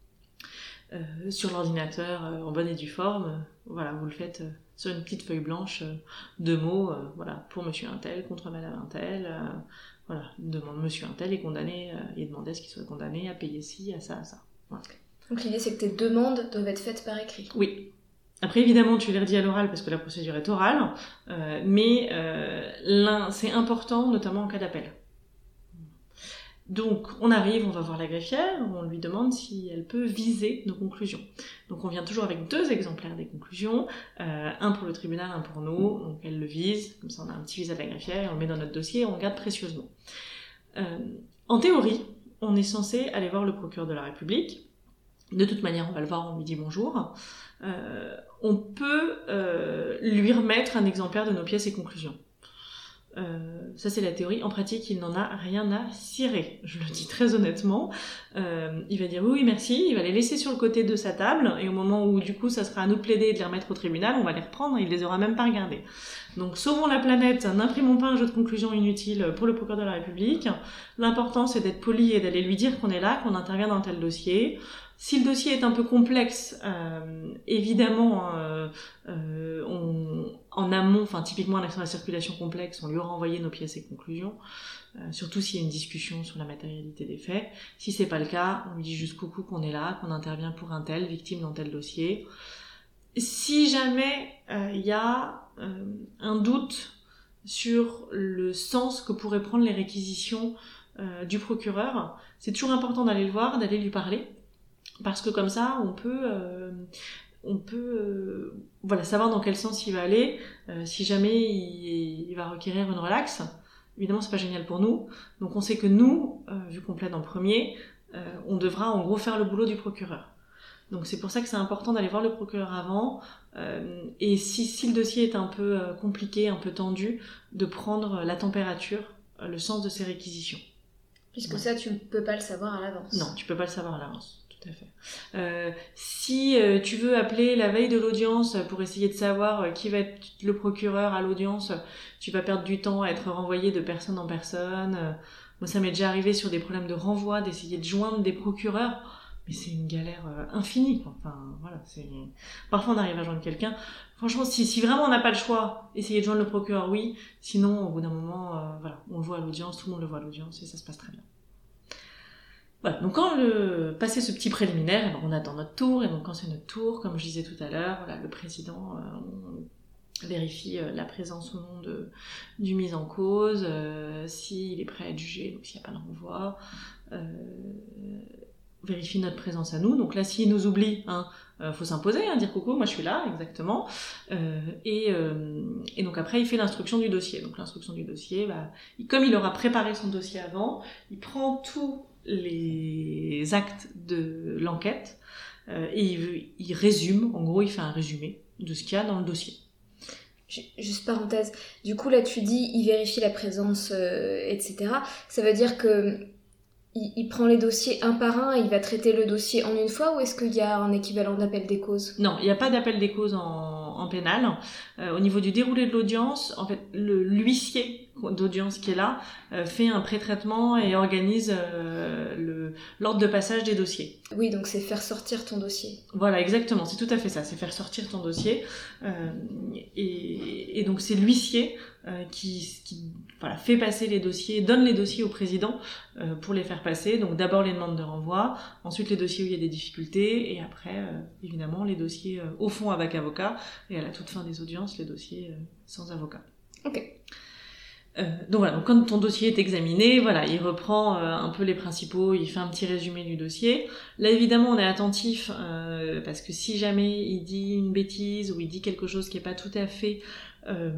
euh, sur l'ordinateur euh, en bonne et due forme, euh, voilà, vous le faites euh, sur une petite feuille blanche, euh, deux mots, euh, voilà, pour monsieur un tel, contre madame un tel, euh, voilà, demande monsieur un tel est condamné, euh, il demandait ce qu'il soit condamné à payer ci, à ça, à ça. Voilà. Donc l'idée c'est que tes demandes doivent être faites par écrit. Oui. Après évidemment tu les redis à l'oral parce que la procédure est orale, euh, mais euh, l'un, c'est important notamment en cas d'appel. Donc, on arrive, on va voir la greffière, on lui demande si elle peut viser nos conclusions. Donc, on vient toujours avec deux exemplaires des conclusions, euh, un pour le tribunal, un pour nous. Donc, elle le vise, comme ça on a un petit visa de la greffière, on le met dans notre dossier et on le garde précieusement. Euh, en théorie, on est censé aller voir le procureur de la République. De toute manière, on va le voir, on lui dit bonjour. Euh, on peut euh, lui remettre un exemplaire de nos pièces et conclusions. Euh, ça c'est la théorie. En pratique, il n'en a rien à cirer. Je le dis très honnêtement. Euh, il va dire oui, oui, merci. Il va les laisser sur le côté de sa table. Et au moment où du coup, ça sera à nous de plaider et de les remettre au tribunal, on va les reprendre et il les aura même pas regardés. Donc, sauvons la planète. N'imprimons pas un jeu de conclusion inutile pour le procureur de la République. L'important, c'est d'être poli et d'aller lui dire qu'on est là, qu'on intervient dans tel dossier. Si le dossier est un peu complexe, euh, évidemment, euh, euh, on, en amont, enfin typiquement un accident de la circulation complexe, on lui aura envoyé nos pièces et conclusions, euh, surtout s'il y a une discussion sur la matérialité des faits. Si c'est pas le cas, on lui dit juste coucou qu'on est là, qu'on intervient pour un tel, victime dans tel dossier. Si jamais il euh, y a euh, un doute sur le sens que pourraient prendre les réquisitions euh, du procureur, c'est toujours important d'aller le voir, d'aller lui parler. Parce que comme ça, on peut, euh, on peut, euh, voilà, savoir dans quel sens il va aller. Euh, si jamais il, il va requérir une relaxe, évidemment, c'est pas génial pour nous. Donc, on sait que nous, euh, vu qu'on plaide en premier, euh, on devra en gros faire le boulot du procureur. Donc, c'est pour ça que c'est important d'aller voir le procureur avant. Euh, et si, si le dossier est un peu euh, compliqué, un peu tendu, de prendre la température, euh, le sens de ses réquisitions. Puisque ouais. Ça, tu ne peux pas le savoir à l'avance. Non, tu peux pas le savoir à l'avance. Tout à fait. Euh, si euh, tu veux appeler la veille de l'audience pour essayer de savoir euh, qui va être le procureur à l'audience, tu vas perdre du temps à être renvoyé de personne en personne. Euh, moi, ça m'est déjà arrivé sur des problèmes de renvoi, d'essayer de joindre des procureurs, mais c'est une galère euh, infinie. Quoi. Enfin, voilà, c'est... Parfois, on arrive à joindre quelqu'un. Franchement, si, si vraiment on n'a pas le choix, essayer de joindre le procureur, oui. Sinon, au bout d'un moment, euh, voilà, on le voit à l'audience, tout le monde le voit à l'audience et ça se passe très bien. Voilà, donc quand le passé ce petit préliminaire, on attend notre tour, et donc quand c'est notre tour, comme je disais tout à l'heure, voilà, le président euh, on vérifie euh, la présence ou non de, du mis en cause, euh, s'il est prêt à être jugé, donc s'il n'y a pas de renvoi, euh, vérifie notre présence à nous, donc là s'il nous oublie, hein, euh, faut s'imposer, hein, dire coucou, moi je suis là, exactement, euh, et, euh, et donc après il fait l'instruction du dossier, donc l'instruction du dossier, bah, il, comme il aura préparé son dossier avant, il prend tout les actes de l'enquête euh, et il, il résume, en gros il fait un résumé de ce qu'il y a dans le dossier. Juste parenthèse, du coup là tu dis il vérifie la présence euh, et cetera. Ça veut dire que il, il prend les dossiers un par un et il va traiter le dossier en une fois, ou est-ce qu'il y a un équivalent d'appel des causes ? Non, il n'y a pas d'appel des causes en, en pénal. Euh, au niveau du déroulé de l'audience, en fait le, l'huissier d'audience qui est là euh, fait un pré-traitement et organise euh, le, l'ordre de passage des dossiers. Oui, donc c'est faire sortir ton dossier. Voilà, exactement, c'est tout à fait ça, c'est faire sortir ton dossier. Euh, et, et donc c'est l'huissier euh, qui, qui voilà, fait passer les dossiers, donne les dossiers au président euh, pour les faire passer. Donc d'abord les demandes de renvoi, ensuite les dossiers où il y a des difficultés, et après, euh, évidemment, les dossiers euh, au fond avec avocat, et à la toute fin des audiences, les dossiers euh, sans avocat. Ok. Euh, donc voilà, donc quand ton dossier est examiné, voilà, il reprend euh, un peu les principaux, il fait un petit résumé du dossier. Là évidemment on est attentif euh, parce que si jamais il dit une bêtise ou il dit quelque chose qui est pas tout à fait euh,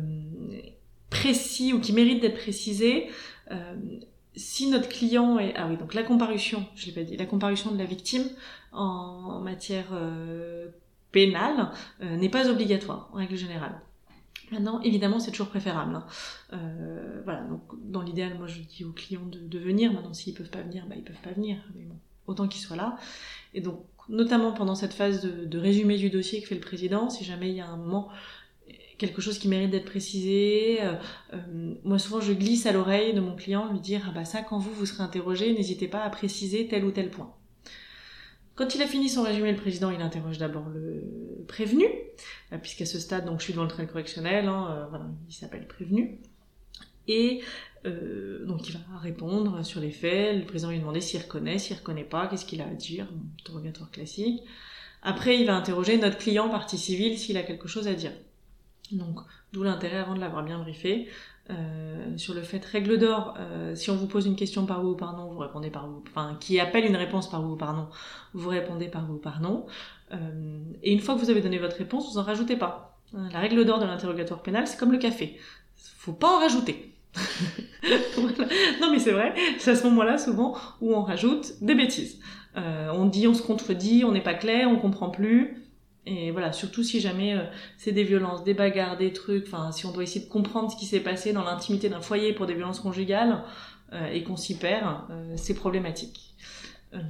précis ou qui mérite d'être précisé, euh, si notre client est... Ah oui, donc la comparution, je l'ai pas dit, la comparution de la victime en, en matière euh, pénale euh, n'est pas obligatoire en règle générale. Maintenant, évidemment, c'est toujours préférable. Hein. Euh, voilà, donc dans l'idéal, moi je dis aux clients de, de venir. Maintenant, s'ils peuvent pas venir, bah ils peuvent pas venir. Mais bon, autant qu'ils soient là. Et donc, notamment pendant cette phase de, de résumé du dossier que fait le président, si jamais il y a un moment quelque chose qui mérite d'être précisé, euh, euh, moi souvent je glisse à l'oreille de mon client, lui dire ah bah ça, quand vous vous serez interrogé, n'hésitez pas à préciser tel ou tel point. Quand il a fini son résumé, le président, il interroge d'abord le prévenu, puisqu'à ce stade, donc je suis devant le tribunal correctionnel, hein, euh, voilà, il s'appelle prévenu, et euh, donc il va répondre sur les faits. Le président lui demande s'il reconnaît, s'il reconnaît pas, qu'est-ce qu'il a à dire, interrogatoire classique. Après, il va interroger notre client partie civile s'il a quelque chose à dire. Donc, d'où l'intérêt avant de l'avoir bien briefé. Euh, sur le fait, règle d'or, euh, si on vous pose une question par oui ou par non, vous répondez par oui, enfin, qui appelle une réponse par oui ou par non, vous répondez par oui ou par non. Euh, et une fois que vous avez donné votre réponse, vous en rajoutez pas. La règle d'or de l'interrogatoire pénal, c'est comme le café. Faut pas en rajouter. Voilà. Non mais c'est vrai, c'est à ce moment-là souvent où on rajoute des bêtises. Euh, on dit, on se contredit, on n'est pas clair, on comprend plus. Et voilà, surtout si jamais euh, c'est des violences, des bagarres, des trucs, enfin si on doit essayer de comprendre ce qui s'est passé dans l'intimité d'un foyer pour des violences conjugales euh, et qu'on s'y perd, euh, c'est problématique. Euh,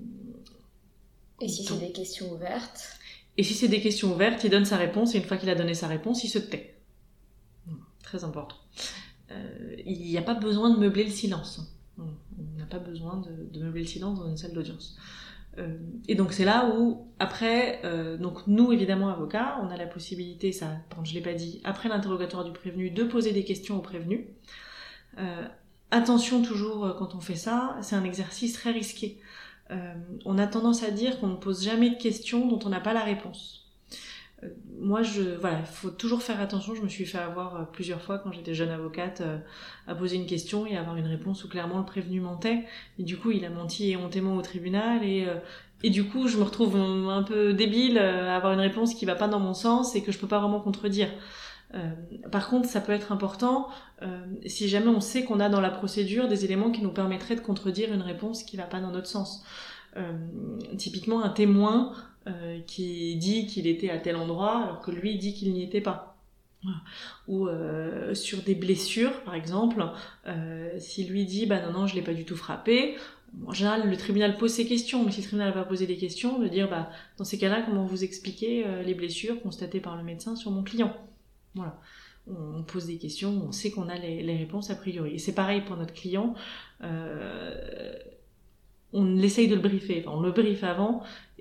et si donc, c'est des questions ouvertes Et si c'est des questions ouvertes, il donne sa réponse et une fois qu'il a donné sa réponse, il se tait. Très important. Euh, il n'y a pas besoin de meubler le silence. On n'a pas besoin de, de meubler le silence dans une salle d'audience. Euh, et donc c'est là où, après, euh, donc nous évidemment avocats, on a la possibilité, ça, pardon, je l'ai pas dit, après l'interrogatoire du prévenu, de poser des questions au prévenu. Euh, attention toujours quand on fait ça, c'est un exercice très risqué. Euh, on a tendance à dire qu'on ne pose jamais de questions dont on n'a pas la réponse. Euh, moi, je, voilà, il faut toujours faire attention. Je me suis fait avoir euh, plusieurs fois quand j'étais jeune avocate euh, à poser une question et avoir une réponse où clairement le prévenu mentait. Et du coup, il a menti éhontément au tribunal et euh, et du coup, je me retrouve un peu débile euh, à avoir une réponse qui va pas dans mon sens et que je peux pas vraiment contredire. Euh, par contre, ça peut être important euh, si jamais on sait qu'on a dans la procédure des éléments qui nous permettraient de contredire une réponse qui va pas dans notre sens. Euh, typiquement, un témoin euh, qui dit qu'il était à tel endroit alors que lui dit qu'il n'y était pas. Voilà. Ou euh, sur des blessures, par exemple, euh, si lui dit bah non non je l'ai pas du tout frappé. En général, le tribunal pose ses questions, mais si le tribunal va poser des questions, de dire bah dans ces cas-là, comment vous expliquez euh, les blessures constatées par le médecin sur mon client. Voilà, on pose des questions, on sait qu'on a les, les réponses a priori. Et c'est pareil pour notre client, euh, on essaye de le briefer, enfin, on le briefe avant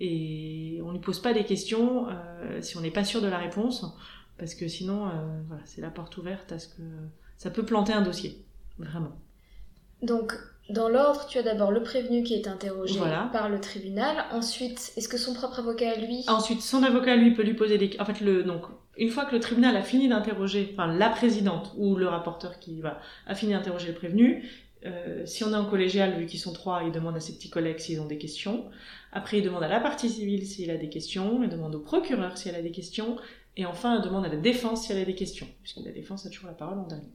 et on lui pose pas des questions euh, si on n'est pas sûr de la réponse, parce que sinon, euh, voilà, c'est la porte ouverte à ce que ça peut planter un dossier, vraiment. Donc, dans l'ordre, tu as d'abord le prévenu qui est interrogé voilà. par le tribunal. Ensuite, est-ce que son propre avocat, lui... Ensuite, son avocat, lui, peut lui poser des... En fait, le... donc, une fois que le tribunal a fini d'interroger, enfin, la présidente ou le rapporteur qui va, a fini d'interroger le prévenu, euh, si on est en collégial, vu qu'ils sont trois, il demande à ses petits collègues s'ils ont des questions. Après, il demande à la partie civile s'il a des questions. Il demande au procureur s'il a des questions. Et enfin, il demande à la défense s'il a des questions, puisque la défense a toujours la parole en dernier.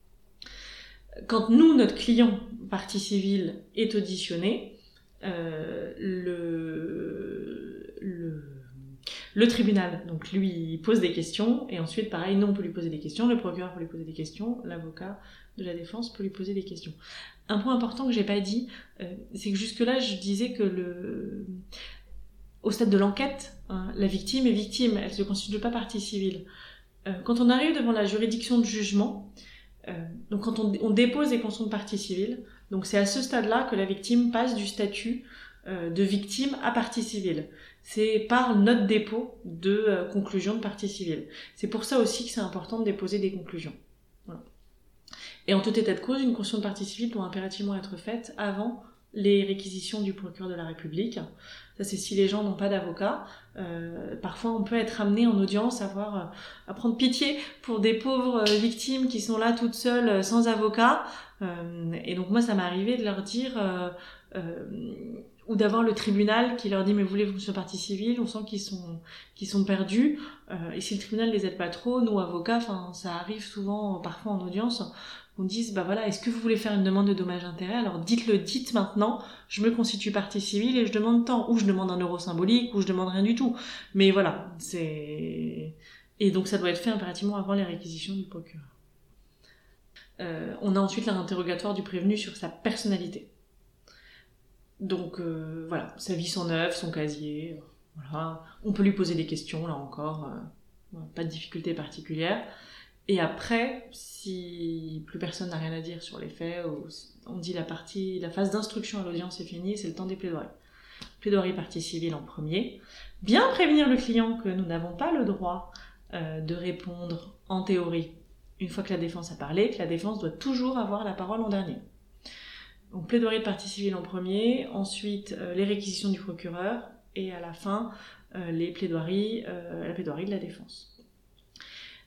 Quand nous, notre client, partie civile, est auditionné, euh, le, le, le tribunal, donc lui, il pose des questions, et ensuite, pareil, nous, on peut lui poser des questions, le procureur peut lui poser des questions, l'avocat de la défense peut lui poser des questions. Un point important que j'ai pas dit, euh, c'est que jusque-là, je disais que le... au stade de l'enquête, hein, la victime est victime, elle ne se constitue pas partie civile. Euh, quand on arrive devant la juridiction de jugement, Euh, donc quand on, on dépose des conditions de partie civile, donc c'est à ce stade-là que la victime passe du statut euh, de victime à partie civile. C'est par notre dépôt de euh, conclusion de partie civile. C'est pour ça aussi que c'est important de déposer des conclusions. Voilà. Et en tout état de cause, une constitution de partie civile doit impérativement être faite avant les réquisitions du procureur de la République. Ça, c'est si les gens n'ont pas d'avocat. Euh, parfois, on peut être amené en audience à, voir, à prendre pitié pour des pauvres victimes qui sont là toutes seules, sans avocat. Euh, et donc, moi, ça m'est arrivé de leur dire... Euh, euh, ou d'avoir le tribunal qui leur dit « Mais voulez-vous sur partie civile ?» On sent qu'ils sont, qu'ils sont perdus. Euh, et si le tribunal les aide pas trop, nous, avocats, ça arrive souvent, parfois en audience... on dise, bah voilà, est-ce que vous voulez faire une demande de dommages-intérêts ? Alors dites-le, dites maintenant, je me constitue partie civile et je demande tant, ou je demande un euro symbolique, ou je demande rien du tout. Mais voilà, c'est... Et donc ça doit être fait impérativement avant les réquisitions du procureur. Euh, on a ensuite l'interrogatoire du prévenu sur sa personnalité. Donc euh, voilà, sa vie, son œuvre, son casier, voilà. On peut lui poser des questions, là encore, euh, pas de difficulté particulière. Et après, si plus personne n'a rien à dire sur les faits, on dit la partie, la phase d'instruction à l'audience est finie, c'est le temps des plaidoiries. Plaidoirie partie civile en premier. Bien prévenir le client que nous n'avons pas le droit euh, de répondre en théorie une fois que la défense a parlé, que la défense doit toujours avoir la parole en dernier. Donc plaidoirie de partie civile en premier, ensuite euh, les réquisitions du procureur, et à la fin, euh, les plaidoiries, euh, la plaidoirie de la défense.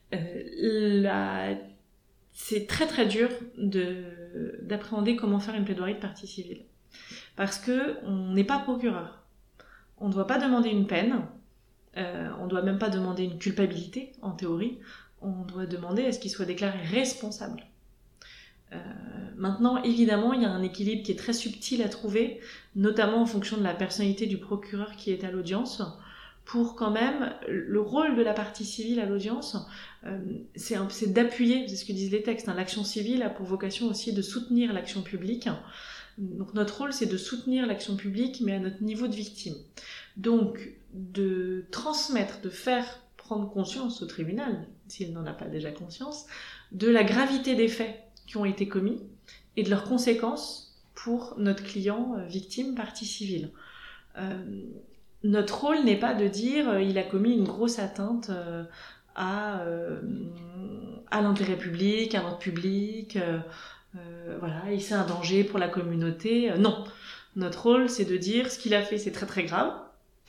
Euh, la... C'est très très dur de... d'appréhender comment faire une plaidoirie de partie civile. Parce qu'on n'est pas procureur. On ne doit pas demander une peine, euh, on ne doit même pas demander une culpabilité, en théorie. On doit demander à ce qu'il soit déclaré responsable. Euh, maintenant, évidemment, il y a un équilibre qui est très subtil à trouver, notamment en fonction de la personnalité du procureur qui est à l'audience, pour quand même, le rôle de la partie civile à l'audience, euh, c'est, un, c'est d'appuyer, c'est ce que disent les textes, hein, l'action civile a pour vocation aussi de soutenir l'action publique. Donc notre rôle, c'est de soutenir l'action publique, mais à notre niveau de victime. Donc, de transmettre, de faire prendre conscience au tribunal, s'il n'en a pas déjà conscience, de la gravité des faits qui ont été commis et de leurs conséquences pour notre client euh, victime, partie civile. Euh, notre rôle n'est pas de dire euh, il a commis une grosse atteinte euh, à, euh, à l'intérêt public, à l'ordre public, euh, euh, voilà, il c'est un danger pour la communauté. Euh, non, notre rôle c'est de dire ce qu'il a fait c'est très très grave. Pourquoi ?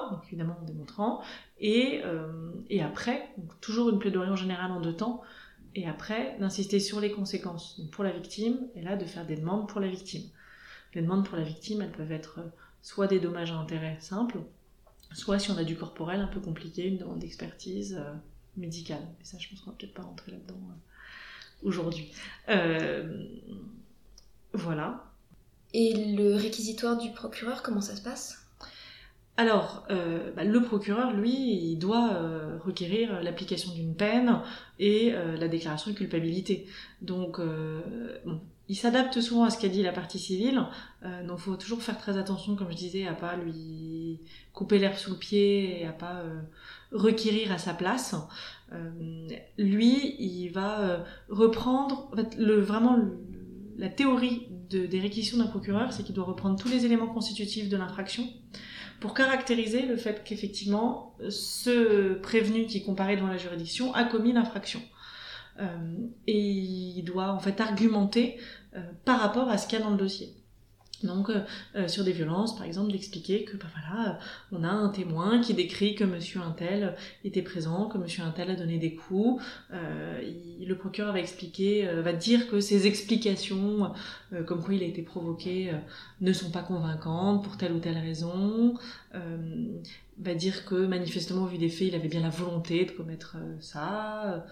Donc évidemment en démontrant. Et, euh, et après, donc toujours une plaidoirie en général en deux temps, et après d'insister sur les conséquences donc pour la victime, et là de faire des demandes pour la victime. Les demandes pour la victime, elles peuvent être soit des dommages à intérêt simples, soit si on a du corporel un peu compliqué, une demande d'expertise euh, médicale. Mais ça, je pense qu'on va peut-être pas rentrer là-dedans euh, aujourd'hui. Euh, voilà. Et le réquisitoire du procureur, comment ça se passe ? Alors, euh, bah, le procureur, lui, il doit euh, requérir l'application d'une peine et euh, la déclaration de culpabilité. Donc, euh, bon, il s'adapte souvent à ce qu'a dit la partie civile, euh, donc il faut toujours faire très attention, comme je disais, à pas lui couper l'herbe sous le pied et à pas euh, requérir à sa place. Euh, lui, il va euh, reprendre, en fait, le, vraiment le, la théorie de, des réquisitions d'un procureur, c'est qu'il doit reprendre tous les éléments constitutifs de l'infraction, pour caractériser le fait qu'effectivement, ce prévenu qui comparaît devant la juridiction a commis l'infraction. Euh, et il doit en fait argumenter euh, par rapport à ce qu'il y a dans le dossier. Donc euh, sur des violences, par exemple, d'expliquer que bah, voilà, on a un témoin qui décrit que monsieur untel était présent, que monsieur untel a donné des coups. Euh, il, le procureur va expliquer, euh, va dire que ces explications, euh, comme quoi il a été provoqué, euh, ne sont pas convaincantes pour telle ou telle raison. Euh, va dire que manifestement, au vu des faits, il avait bien la volonté de commettre euh, ça.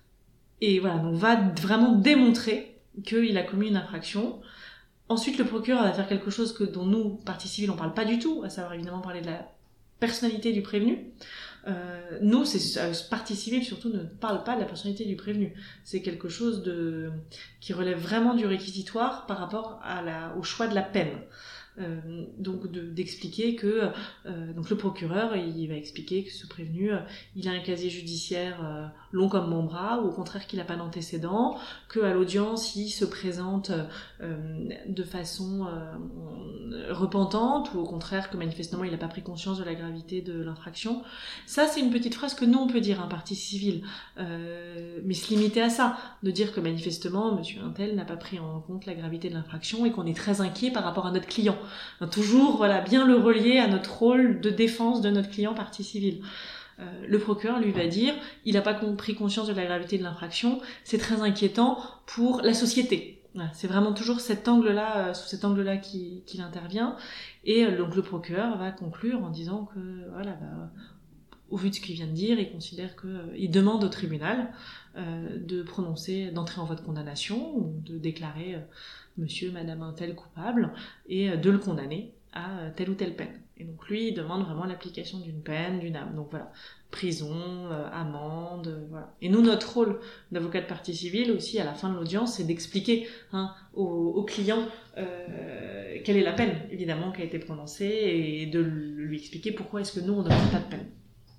Et voilà, donc on va vraiment démontrer qu'il a commis une infraction. Ensuite, le procureur va faire quelque chose que, dont nous, partie civile, on parle pas du tout, à savoir évidemment parler de la personnalité du prévenu. Euh, nous, c'est, euh, partie civile surtout ne parle pas de la personnalité du prévenu. C'est quelque chose de, qui relève vraiment du réquisitoire par rapport à la, au choix de la peine. Euh, donc de, d'expliquer que euh, donc le procureur il va expliquer que ce prévenu euh, il a un casier judiciaire euh, long comme mon bras ou au contraire qu'il n'a pas d'antécédents, que à l'audience il se présente euh, de façon euh, repentante ou au contraire que manifestement il n'a pas pris conscience de la gravité de l'infraction. Ça c'est une petite phrase que nous on peut dire un partie civile, euh, mais se limiter à ça, de dire que manifestement monsieur untel n'a pas pris en compte la gravité de l'infraction et qu'on est très inquiet par rapport à notre client. Toujours, voilà, bien le relier à notre rôle de défense de notre client partie civile. Euh, le procureur lui va dire, il n'a pas pris conscience de la gravité de l'infraction, c'est très inquiétant pour la société. Voilà, c'est vraiment toujours cet angle-là, euh, sous cet angle-là qui, qu'il intervient. Et euh, donc le procureur va conclure en disant que, voilà, bah, au vu de ce qu'il vient de dire, il considère que, euh, il demande au tribunal euh, de prononcer, d'entrer en voie de condamnation ou de déclarer euh, monsieur, madame un tel coupable et de le condamner à telle ou telle peine. Et donc lui, il demande vraiment l'application d'une peine, d'une âme. Donc voilà, prison, euh, amende, euh, voilà. Et nous, notre rôle d'avocat de partie civile aussi, à la fin de l'audience, c'est d'expliquer hein, au, au client euh, quelle est la peine, évidemment, qui a été prononcée et de lui expliquer pourquoi est-ce que nous, on ne demande pas de peine.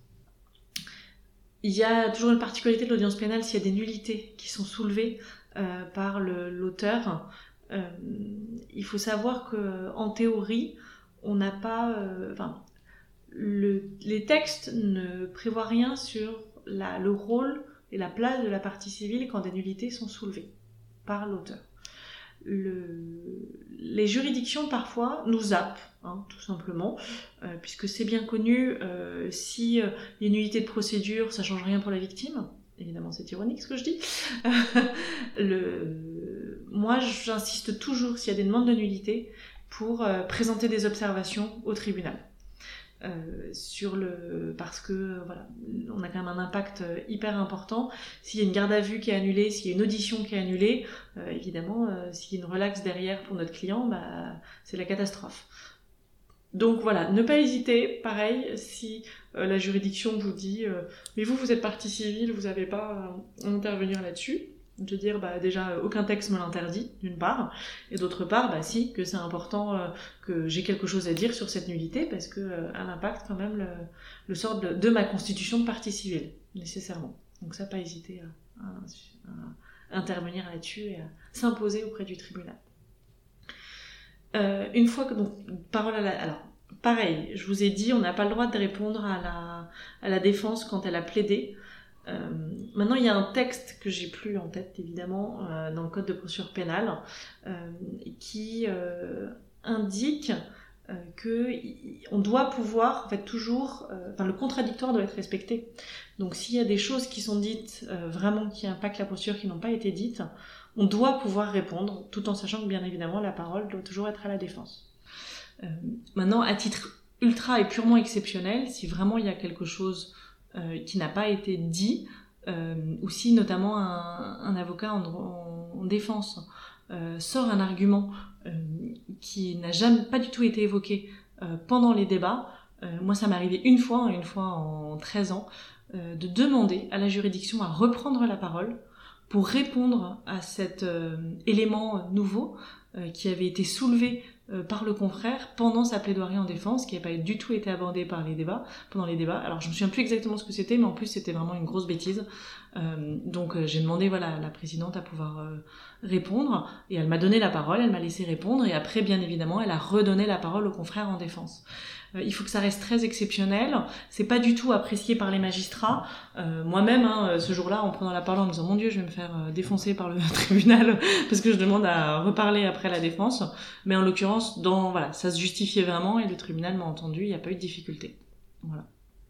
Il y a toujours une particularité de l'audience pénale s'il y a des nullités qui sont soulevées euh, par le, l'auteur. Euh, il faut savoir que en théorie, on n'a pas, euh, enfin, le, les textes ne prévoient rien sur la, le rôle et la place de la partie civile quand des nullités sont soulevées par l'auteur. Le, les juridictions parfois nous zappent, hein, tout simplement, euh, puisque c'est bien connu, euh, si euh, les nullités de procédure, ça change rien pour la victime. évidemment c'est ironique ce que je dis, le... moi j'insiste toujours s'il y a des demandes de nullité pour euh, présenter des observations au tribunal. Euh, sur le parce que euh, voilà, on a quand même un impact euh, hyper important. S'il y a une garde à vue qui est annulée, s'il y a une audition qui est annulée, euh, évidemment, euh, s'il y a une relaxe derrière pour notre client, bah, c'est la catastrophe. Donc voilà, ne pas hésiter. Pareil, si euh, la juridiction vous dit euh, mais vous, vous êtes partie civile, vous n'avez pas à intervenir là-dessus. De dire bah déjà aucun texte me l'interdit d'une part, et d'autre part bah si que c'est important euh, que j'ai quelque chose à dire sur cette nullité parce que euh, elle impacte quand même le, le sort de, de ma constitution de partie civile nécessairement. Donc ça, pas hésiter à, à, à intervenir là-dessus et à s'imposer auprès du tribunal. Euh, une fois que donc parole à la alors pareil, je vous ai dit on n'a pas le droit de répondre à la à la défense quand elle a plaidé. Euh, maintenant, il y a un texte que j'ai plus en tête, évidemment, euh, dans le code de procédure pénale, euh, qui euh, indique euh, que y, on doit pouvoir, en fait, toujours, euh, enfin, le contradictoire doit être respecté. Donc, s'il y a des choses qui sont dites euh, vraiment qui impactent la procédure, qui n'ont pas été dites, on doit pouvoir répondre, tout en sachant que, bien évidemment, la parole doit toujours être à la défense. Euh, maintenant, à titre ultra et purement exceptionnel, si vraiment il y a quelque chose Euh, qui n'a pas été dit, euh, ou si notamment un, un avocat en, en, en défense euh, sort un argument euh, qui n'a jamais pas du tout été évoqué euh, pendant les débats, euh, moi ça m'est arrivé une fois, une fois en treize ans, euh, de demander à la juridiction à reprendre la parole pour répondre à cet euh, élément nouveau euh, qui avait été soulevé Euh, par le confrère pendant sa plaidoirie en défense, qui n'avait pas du tout été abordé par les débats, pendant les débats. Alors je me souviens plus exactement ce que c'était, mais en plus c'était vraiment une grosse bêtise. Euh, donc euh, j'ai demandé voilà à la présidente à pouvoir euh, répondre, et elle m'a donné la parole, elle m'a laissé répondre, et après bien évidemment elle a redonné la parole au confrère en défense. Euh, il faut que ça reste très exceptionnel, c'est pas du tout apprécié par les magistrats. Euh, moi-même, hein, ce jour-là, en prenant la parole en me disant mon Dieu, je vais me faire euh, défoncer par le tribunal parce que je demande à reparler après la défense, mais en l'occurrence, dans voilà, ça se justifiait vraiment et le tribunal m'a entendu, il n'y a pas eu de difficulté. Voilà.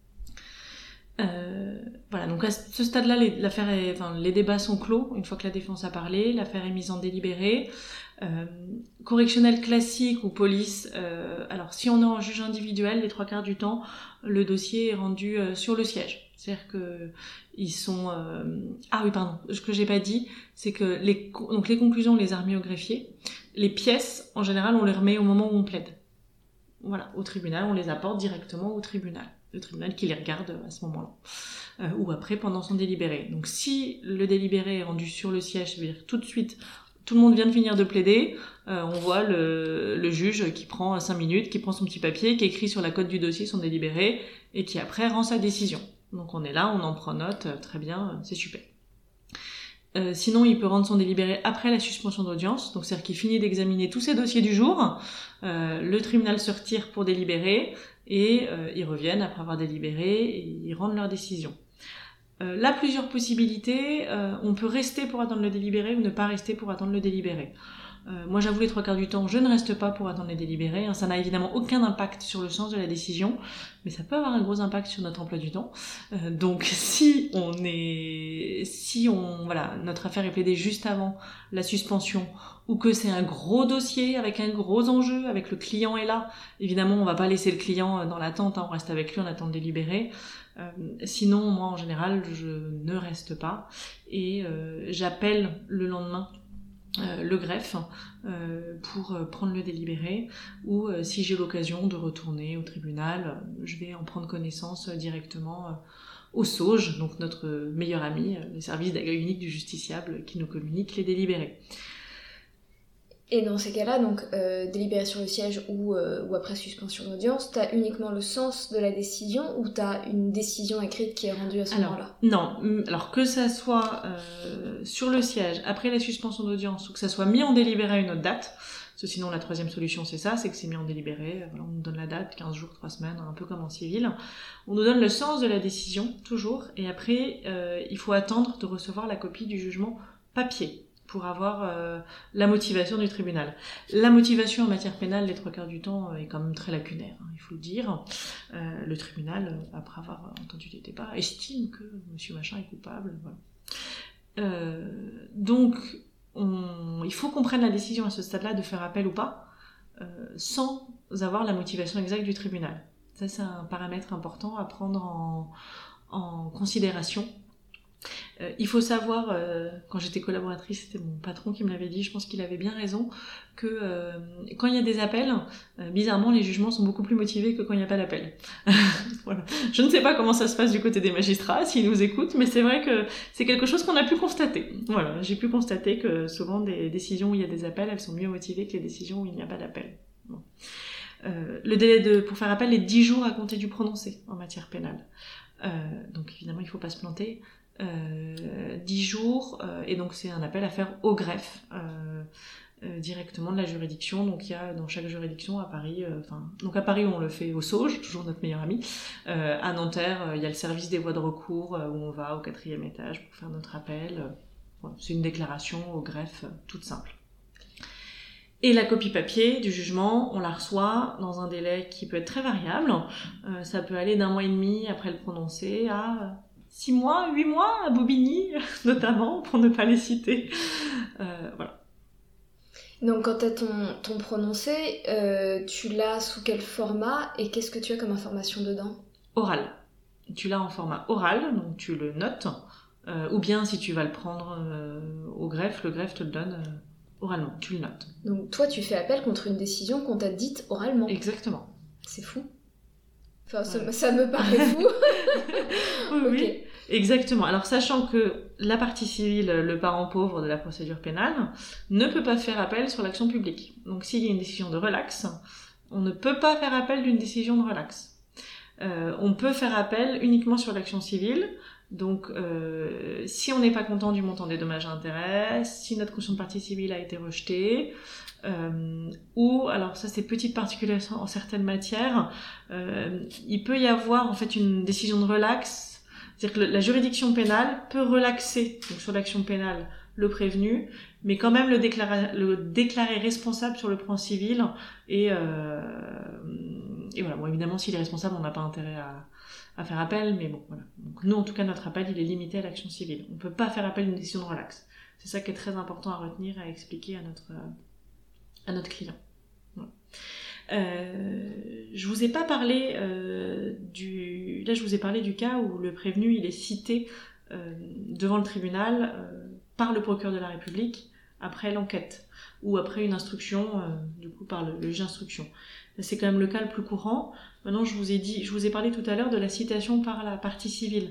Euh, voilà, donc à ce stade-là, les, l'affaire est, enfin, les débats sont clos. Une fois que la défense a parlé, l'affaire est mise en délibéré. Euh, correctionnel classique ou police. Euh, alors, si on est en juge individuel, les trois quarts du temps, le dossier est rendu euh, sur le siège. C'est-à-dire que ils sont. Euh... Ah oui, pardon. Ce que j'ai pas dit, c'est que les donc les conclusions, on les a remis au greffier. Les pièces, en général, on les remet au moment où on plaide. Voilà, au tribunal, on les apporte directement au tribunal. Le tribunal qui les regarde à ce moment-là, euh, ou après pendant son délibéré. Donc si le délibéré est rendu sur le siège, ça veut dire tout de suite, tout le monde vient de finir de plaider, euh, on voit le, le juge qui prend cinq minutes, qui prend son petit papier, qui écrit sur la cote du dossier son délibéré, et qui après rend sa décision. Donc on est là, on en prend note, euh, très bien, c'est super. Euh, sinon, il peut rendre son délibéré après la suspension d'audience, donc c'est-à-dire qu'il finit d'examiner tous ses dossiers du jour, euh, le tribunal se retire pour délibérer, et euh, ils reviennent après avoir délibéré, et ils rendent leur décision. Euh, là, plusieurs possibilités, euh, on peut rester pour attendre le délibéré ou ne pas rester pour attendre le délibéré. Euh, moi, j'avoue, les trois quarts du temps, je ne reste pas pour attendre les délibérés. Hein. Ça n'a évidemment aucun impact sur le sens de la décision, mais ça peut avoir un gros impact sur notre emploi du temps. Euh, donc, si on est, si on, voilà, notre affaire est plaidée juste avant la suspension, ou que c'est un gros dossier avec un gros enjeu, avec le client est là, évidemment, on va pas laisser le client dans l'attente. Hein, on reste avec lui, on attend de délibérer. Euh, sinon, moi, en général, je ne reste pas et euh, j'appelle le lendemain. Euh, le greffe euh, pour euh, prendre le délibéré, ou euh, si j'ai l'occasion de retourner au tribunal, euh, je vais en prendre connaissance euh, directement euh, au S O G, donc notre meilleur ami, euh, le service d'accueil unique du justiciable qui nous communique les délibérés. Et dans ces cas-là, donc euh, délibéré sur le siège ou, euh, ou après suspension d'audience, t'as uniquement le sens de la décision ou t'as une décision écrite qui est rendue à ce alors, moment-là? Non, alors que ça soit euh, sur le siège, après la suspension d'audience, ou que ça soit mis en délibéré à une autre date, parce que sinon la troisième solution c'est ça, c'est que c'est mis en délibéré, voilà, on nous donne la date, quinze jours, trois semaines, un peu comme en civil, on nous donne le sens de la décision, toujours, et après euh, il faut attendre de recevoir la copie du jugement papier. pour avoir euh, la motivation du tribunal. La motivation en matière pénale, les trois quarts du temps, est quand même très lacunaire, hein, il faut le dire. Euh, le tribunal, après avoir entendu des débats, estime que monsieur machin est coupable. Voilà. Euh, donc, on, il faut qu'on prenne la décision à ce stade-là de faire appel ou pas, euh, sans avoir la motivation exacte du tribunal. Ça, c'est un paramètre important à prendre en, en considération. Euh, il faut savoir, euh, quand j'étais collaboratrice, c'était mon patron qui me l'avait dit, je pense qu'il avait bien raison, que euh, quand il y a des appels, euh, bizarrement les jugements sont beaucoup plus motivés que quand il n'y a pas d'appel. Voilà. Je ne sais pas comment ça se passe du côté des magistrats, s'ils nous écoutent, mais c'est vrai que c'est quelque chose qu'on a pu constater. Voilà, j'ai pu constater que souvent des décisions où il y a des appels, elles sont mieux motivées que les décisions où il n'y a pas d'appel. Bon. Euh, le délai de, pour faire appel est dix jours à compter du prononcé en matière pénale. Euh, donc évidemment, il ne faut pas se planter. Euh, dix jours, euh, et donc c'est un appel à faire au greffe euh, euh, directement de la juridiction. Donc il y a dans chaque juridiction à Paris, enfin euh, donc à Paris on le fait au Sauge, toujours notre meilleur ami. Euh, à Nanterre, il euh, y a le service des voies de recours euh, où on va au quatrième étage pour faire notre appel. Euh, voilà, c'est une déclaration au greffe euh, toute simple. Et la copie papier du jugement, on la reçoit dans un délai qui peut être très variable. Euh, ça peut aller d'un mois et demi après le prononcé à six mois, huit mois à Bobigny, notamment, pour ne pas les citer. Euh, voilà. Donc quand tu as ton, ton prononcé, euh, tu l'as sous quel format et qu'est-ce que tu as comme information dedans ? Oral. Tu l'as en format oral, donc tu le notes. Euh, ou bien si tu vas le prendre euh, au greffe, le greffe te le donne euh, oralement, tu le notes. Donc toi tu fais appel contre une décision qu'on t'a dite oralement. Exactement. C'est fou. Enfin, ouais. ça, ça me paraît fou. Oui, oui. Okay. Exactement. Alors, sachant que la partie civile, le parent pauvre de la procédure pénale, ne peut pas faire appel sur l'action publique. Donc, s'il y a une décision de relax, on ne peut pas faire appel d'une décision de relax. Euh, on peut faire appel uniquement sur l'action civile. Donc, euh, si on n'est pas content du montant des dommages et intérêts, si notre caution de partie civile a été rejetée, euh, ou, alors ça c'est petite particularité en certaines matières, euh, il peut y avoir en fait une décision de relax, c'est-à-dire que la juridiction pénale peut relaxer donc sur l'action pénale le prévenu, mais quand même le déclarer, le déclarer responsable sur le plan civil, et, euh, et voilà, bon évidemment s'il est responsable on n'a pas intérêt à à faire appel, mais bon, voilà. Donc nous, en tout cas, notre appel, il est limité à l'action civile. On ne peut pas faire appel d'une décision de relax. C'est ça qui est très important à retenir, à expliquer à notre, à notre client. Voilà. Euh, je vous ai pas parlé euh, du... Là, je vous ai parlé du cas où le prévenu, il est cité euh, devant le tribunal euh, par le procureur de la République après l'enquête, ou après une instruction, euh, du coup, par le, le juge d'instruction. C'est quand même le cas le plus courant. Maintenant, je vous ai dit, je vous ai parlé tout à l'heure de la citation par la partie civile.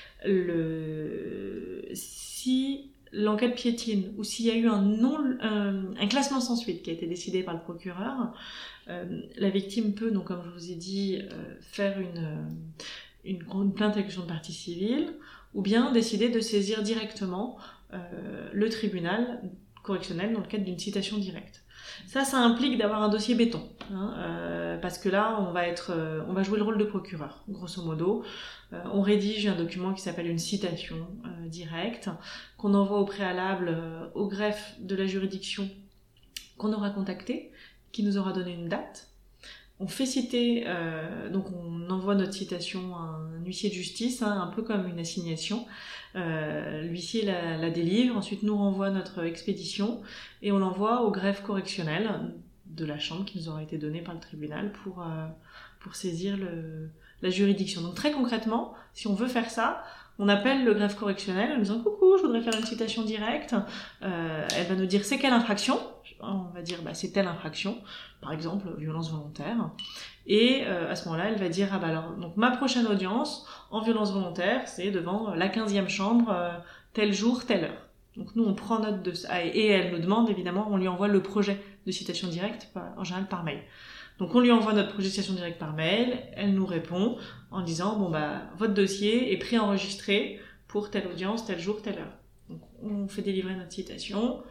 Le... Si l'enquête piétine, ou s'il y a eu un, non, un, un classement sans suite qui a été décidé par le procureur, euh, la victime peut, donc comme je vous ai dit, euh, faire une, une, une plainte avec de partie civile, ou bien décider de saisir directement euh, le tribunal correctionnel dans le cadre d'une citation directe. Ça, ça implique d'avoir un dossier béton, hein, euh, parce que là, on va être, euh, on va jouer le rôle de procureur, grosso modo. Euh, on rédige un document qui s'appelle une citation euh, directe, qu'on envoie au préalable euh, au greffe de la juridiction qu'on aura contacté, qui nous aura donné une date. On fait citer, euh, donc on envoie notre citation à un huissier de justice, hein, un peu comme une assignation. Euh, l'huissier la, la délivre, ensuite nous renvoie notre expédition et on l'envoie au greffe correctionnel de la chambre qui nous aura été donnée par le tribunal pour, euh, pour saisir le, la juridiction. Donc très concrètement, si on veut faire ça, on appelle le greffe correctionnel en disant « Coucou, je voudrais faire une citation directe. Euh, » Elle va nous dire « C'est quelle infraction ?» On va dire bah, « C'est telle infraction. » Par exemple, violence volontaire. Et euh, à ce moment-là, elle va dire « Ah bah alors, donc ma prochaine audience en violence volontaire, c'est devant la quinzième chambre, euh, tel jour, telle heure. » Donc nous, on prend note de ça. Et elle nous demande, évidemment, on lui envoie le projet de citation directe, en général par mail. Donc on lui envoie notre projet de citation directe par mail, elle nous répond en disant « Bon bah, votre dossier est préenregistré pour telle audience, tel jour, telle heure. » Donc on fait délivrer notre citation.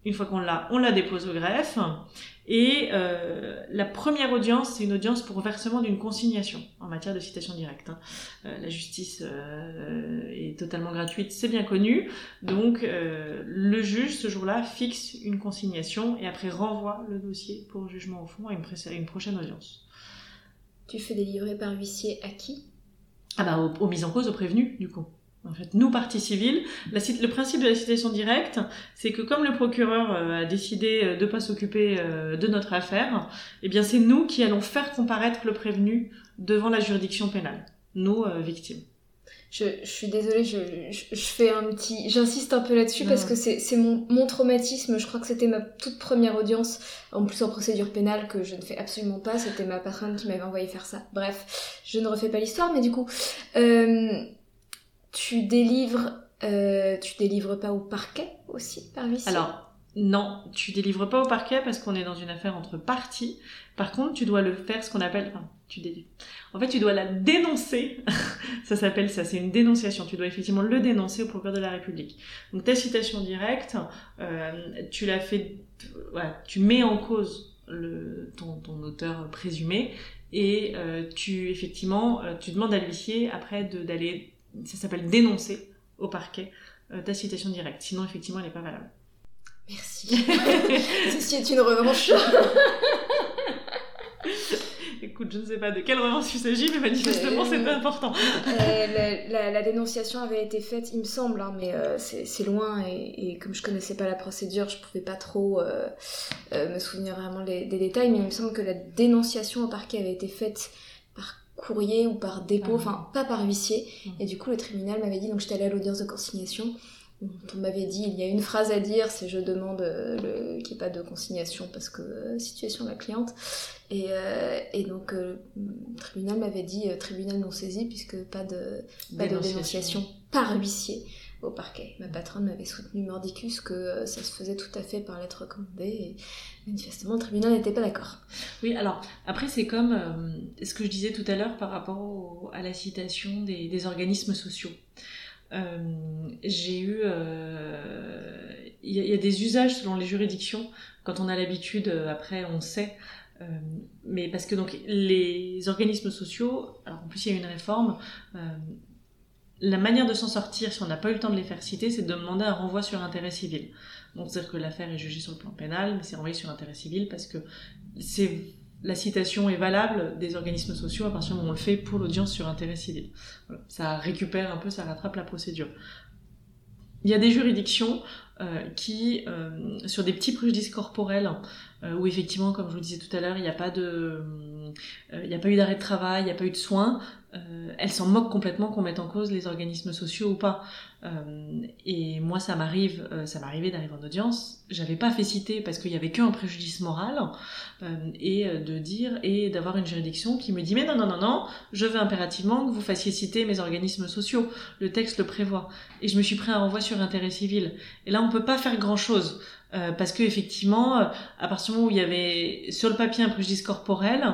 Une fois qu'on l'a, on la dépose au greffe. Et euh, la première audience, c'est une audience pour versement d'une consignation en matière de citation directe. Hein. Euh, la justice euh, est totalement gratuite, c'est bien connu. Donc euh, le juge, ce jour-là, fixe une consignation et après renvoie le dossier pour jugement au fond à une, pré- à une prochaine audience. Tu fais délivrer par huissier à qui ? Ah bah aux, aux mises en cause, aux prévenus, du coup. En fait, nous, partie civile, la, le principe de la citation directe, c'est que comme le procureur euh, a décidé de ne pas s'occuper euh, de notre affaire, eh bien c'est nous qui allons faire comparaître le prévenu devant la juridiction pénale, nous, euh, victimes. Je, je suis désolée, je, je, je fais un petit... J'insiste un peu là-dessus non. parce que c'est, c'est mon, mon traumatisme. Je crois que c'était ma toute première audience, en plus en procédure pénale, que je ne fais absolument pas. C'était ma patronne qui m'avait envoyé faire ça. Bref, je ne refais pas l'histoire, mais du coup... Euh... Tu délivres, euh, tu délivres pas au parquet aussi par huissier ? Alors non, tu délivres pas au parquet parce qu'on est dans une affaire entre parties. Par contre, tu dois le faire ce qu'on appelle, enfin, tu délivres. En fait, tu dois la dénoncer. Ça s'appelle ça, c'est une dénonciation. Tu dois effectivement le dénoncer au procureur de la République. Donc ta citation directe, euh, tu la fais, voilà, tu mets en cause le ton, ton auteur présumé et euh, tu effectivement, euh, tu demandes à l'huissier après de, d'aller ça s'appelle dénoncer au parquet euh, ta citation directe. Sinon, effectivement, elle n'est pas valable. Merci. Ceci est une revanche. Écoute, je ne sais pas de quelle revanche il s'agit, mais manifestement, euh, c'est pas important. Euh, la, la, la dénonciation avait été faite, il me semble, hein, mais euh, c'est, c'est loin, et, et comme je connaissais pas la procédure, je pouvais pas trop euh, euh, me souvenir vraiment les, des détails, mais il me semble que la dénonciation au parquet avait été faite par courrier ou par dépôt, enfin pas par huissier, mmh. et du coup le tribunal m'avait dit, donc j'étais allée à l'audience de consignation, on m'avait dit, il y a une phrase à dire, c'est je demande euh, le, qu'il n'y ait pas de consignation parce que euh, situation de la cliente, et, euh, et donc euh, le tribunal m'avait dit, euh, tribunal non saisi puisque pas de, pas dénonciation. de dénonciation par huissier au parquet. Ma patronne m'avait soutenu mordicus que euh, ça se faisait tout à fait par lettre recommandée, et manifestement le tribunal n'était pas d'accord. Oui, alors après c'est comme euh, ce que je disais tout à l'heure par rapport au, à la citation des, des organismes sociaux. Euh, j'ai eu il euh, y, y a des usages selon les juridictions quand on a l'habitude, après on sait, euh, mais parce que donc les organismes sociaux, alors en plus il y a une réforme, euh, la manière de s'en sortir si on n'a pas eu le temps de les faire citer, c'est de demander un renvoi sur intérêt civil. Donc c'est-à-dire que l'affaire est jugée sur le plan pénal, mais c'est renvoyé sur intérêt civil parce que c'est la citation est valable des organismes sociaux à partir du moment où on le fait pour l'audience sur intérêt civil. Voilà. Ça récupère un peu, ça rattrape la procédure. Il y a des juridictions euh, qui, euh, sur des petits préjudices corporels, euh, où effectivement, comme je vous disais tout à l'heure, il n'y a pas de, euh, il n'y a pas eu d'arrêt de travail, il n'y a pas eu de soins, euh, elles s'en moquent complètement qu'on mette en cause les organismes sociaux ou pas. Euh, et moi, ça m'arrive, euh, ça m'arrivait d'arriver en audience, j'avais pas fait citer parce qu'il y avait qu'un préjudice moral, euh, et de dire, et d'avoir une juridiction qui me dit, mais non, non, non, non, je veux impérativement que vous fassiez citer mes organismes sociaux, le texte le prévoit. Et je me suis pris un renvoi sur intérêt civil. Et là, on peut pas faire grand chose. Euh, parce que effectivement, euh, à partir du moment où il y avait sur le papier un préjudice corporel,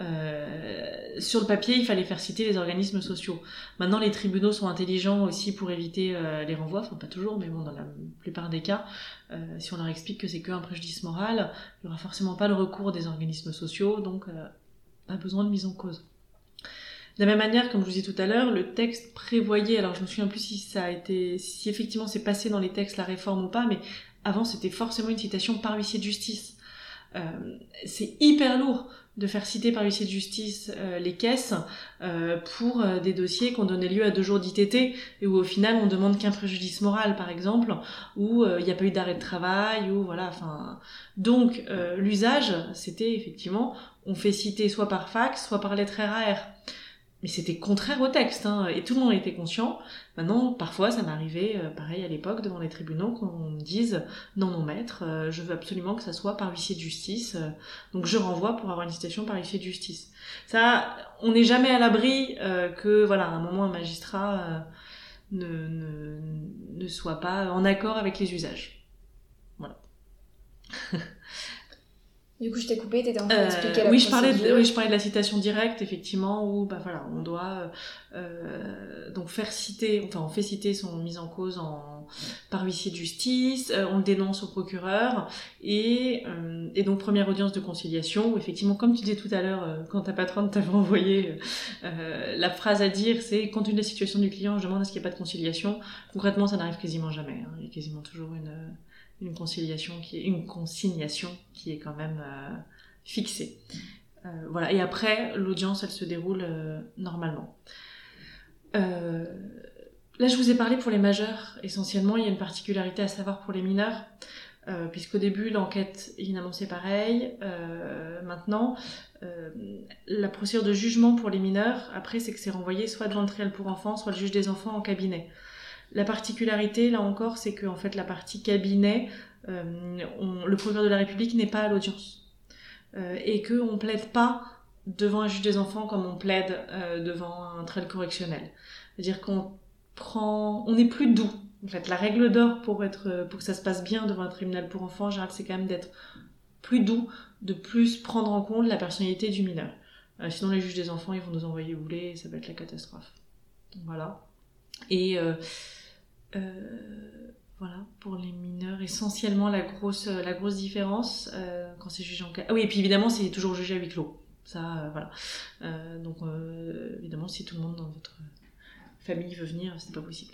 euh, sur le papier il fallait faire citer les organismes sociaux. Maintenant, les tribunaux sont intelligents aussi pour éviter euh, les renvois, enfin pas toujours, mais bon, dans la plupart des cas, euh, si on leur explique que c'est qu'un préjudice moral, il n'y aura forcément pas le recours des organismes sociaux, donc euh, pas besoin de mise en cause. De la même manière, comme je vous disais tout à l'heure, le texte prévoyait, alors je me souviens plus si ça a été, si effectivement c'est passé dans les textes la réforme ou pas, mais avant c'était forcément une citation par huissier de justice. Euh, c'est hyper lourd de faire citer par huissier de justice euh, les caisses euh, pour euh, des dossiers qui ont donné lieu à deux jours d'I T T et où au final on demande qu'un préjudice moral par exemple, où il euh, n'y a pas eu d'arrêt de travail, ou voilà, enfin donc euh, l'usage c'était effectivement on fait citer soit par fax soit par lettre R A R. Mais c'était contraire au texte, hein, et tout le monde était conscient. Maintenant, parfois, ça m'arrivait, euh, pareil à l'époque, devant les tribunaux, qu'on me dise « Non, non, maître, euh, je veux absolument que ça soit par huissier de justice, euh, donc je renvoie pour avoir une citation par huissier de justice. » Ça, on n'est jamais à l'abri euh, que, voilà, à un moment, un magistrat euh, ne, ne, ne soit pas en accord avec les usages. Voilà. Du coup, je t'ai coupé, t'étais en train d'expliquer euh, la oui, je parlais procédure. de, oui, je parlais de la citation directe, effectivement, où bah voilà, on doit euh, donc faire citer, enfin on fait citer son mise en cause en par huissier de justice, euh, on le dénonce au procureur, et euh, et donc première audience de conciliation où effectivement, comme tu disais tout à l'heure, euh, quand ta patronne t'avait envoyé euh, la phrase à dire, c'est compte tenu de la situation du client, je demande à ce qu'il n'y ait pas de conciliation. Concrètement, ça n'arrive quasiment jamais. Hein. Il y a quasiment toujours une une conciliation qui est une consignation qui est quand même euh, fixée. Euh, voilà. Et après, l'audience, elle se déroule euh, normalement. Euh, là, je vous ai parlé pour les majeurs. Essentiellement, il y a une particularité à savoir pour les mineurs, euh, puisqu'au début, l'enquête, évidemment, c'est pareil. Euh, maintenant, euh, la procédure de jugement pour les mineurs, après, c'est que c'est renvoyé soit devant le tribunal pour enfants, soit le juge des enfants en cabinet. La particularité, là encore, c'est que en fait, la partie cabinet, euh, on, le procureur de la République n'est pas à l'audience. Euh, et qu'on ne plaide pas devant un juge des enfants comme on plaide euh, devant un tribunal correctionnel. C'est-à-dire qu'on prend, on n'est plus doux. En fait, la règle d'or pour être, pour que ça se passe bien devant un tribunal pour enfants, en général, c'est quand même d'être plus doux, de plus prendre en compte la personnalité du mineur. Euh, sinon, les juges des enfants, ils vont nous envoyer bouler et ça va être la catastrophe. Donc, voilà. Et euh, euh, voilà, pour les mineurs, essentiellement la grosse, la grosse différence euh, quand c'est jugé en cas. Ah oui, et puis évidemment, c'est toujours jugé à huis clos. Ça, euh, voilà. Euh, donc, euh, évidemment, si tout le monde dans votre famille veut venir, c'est pas possible.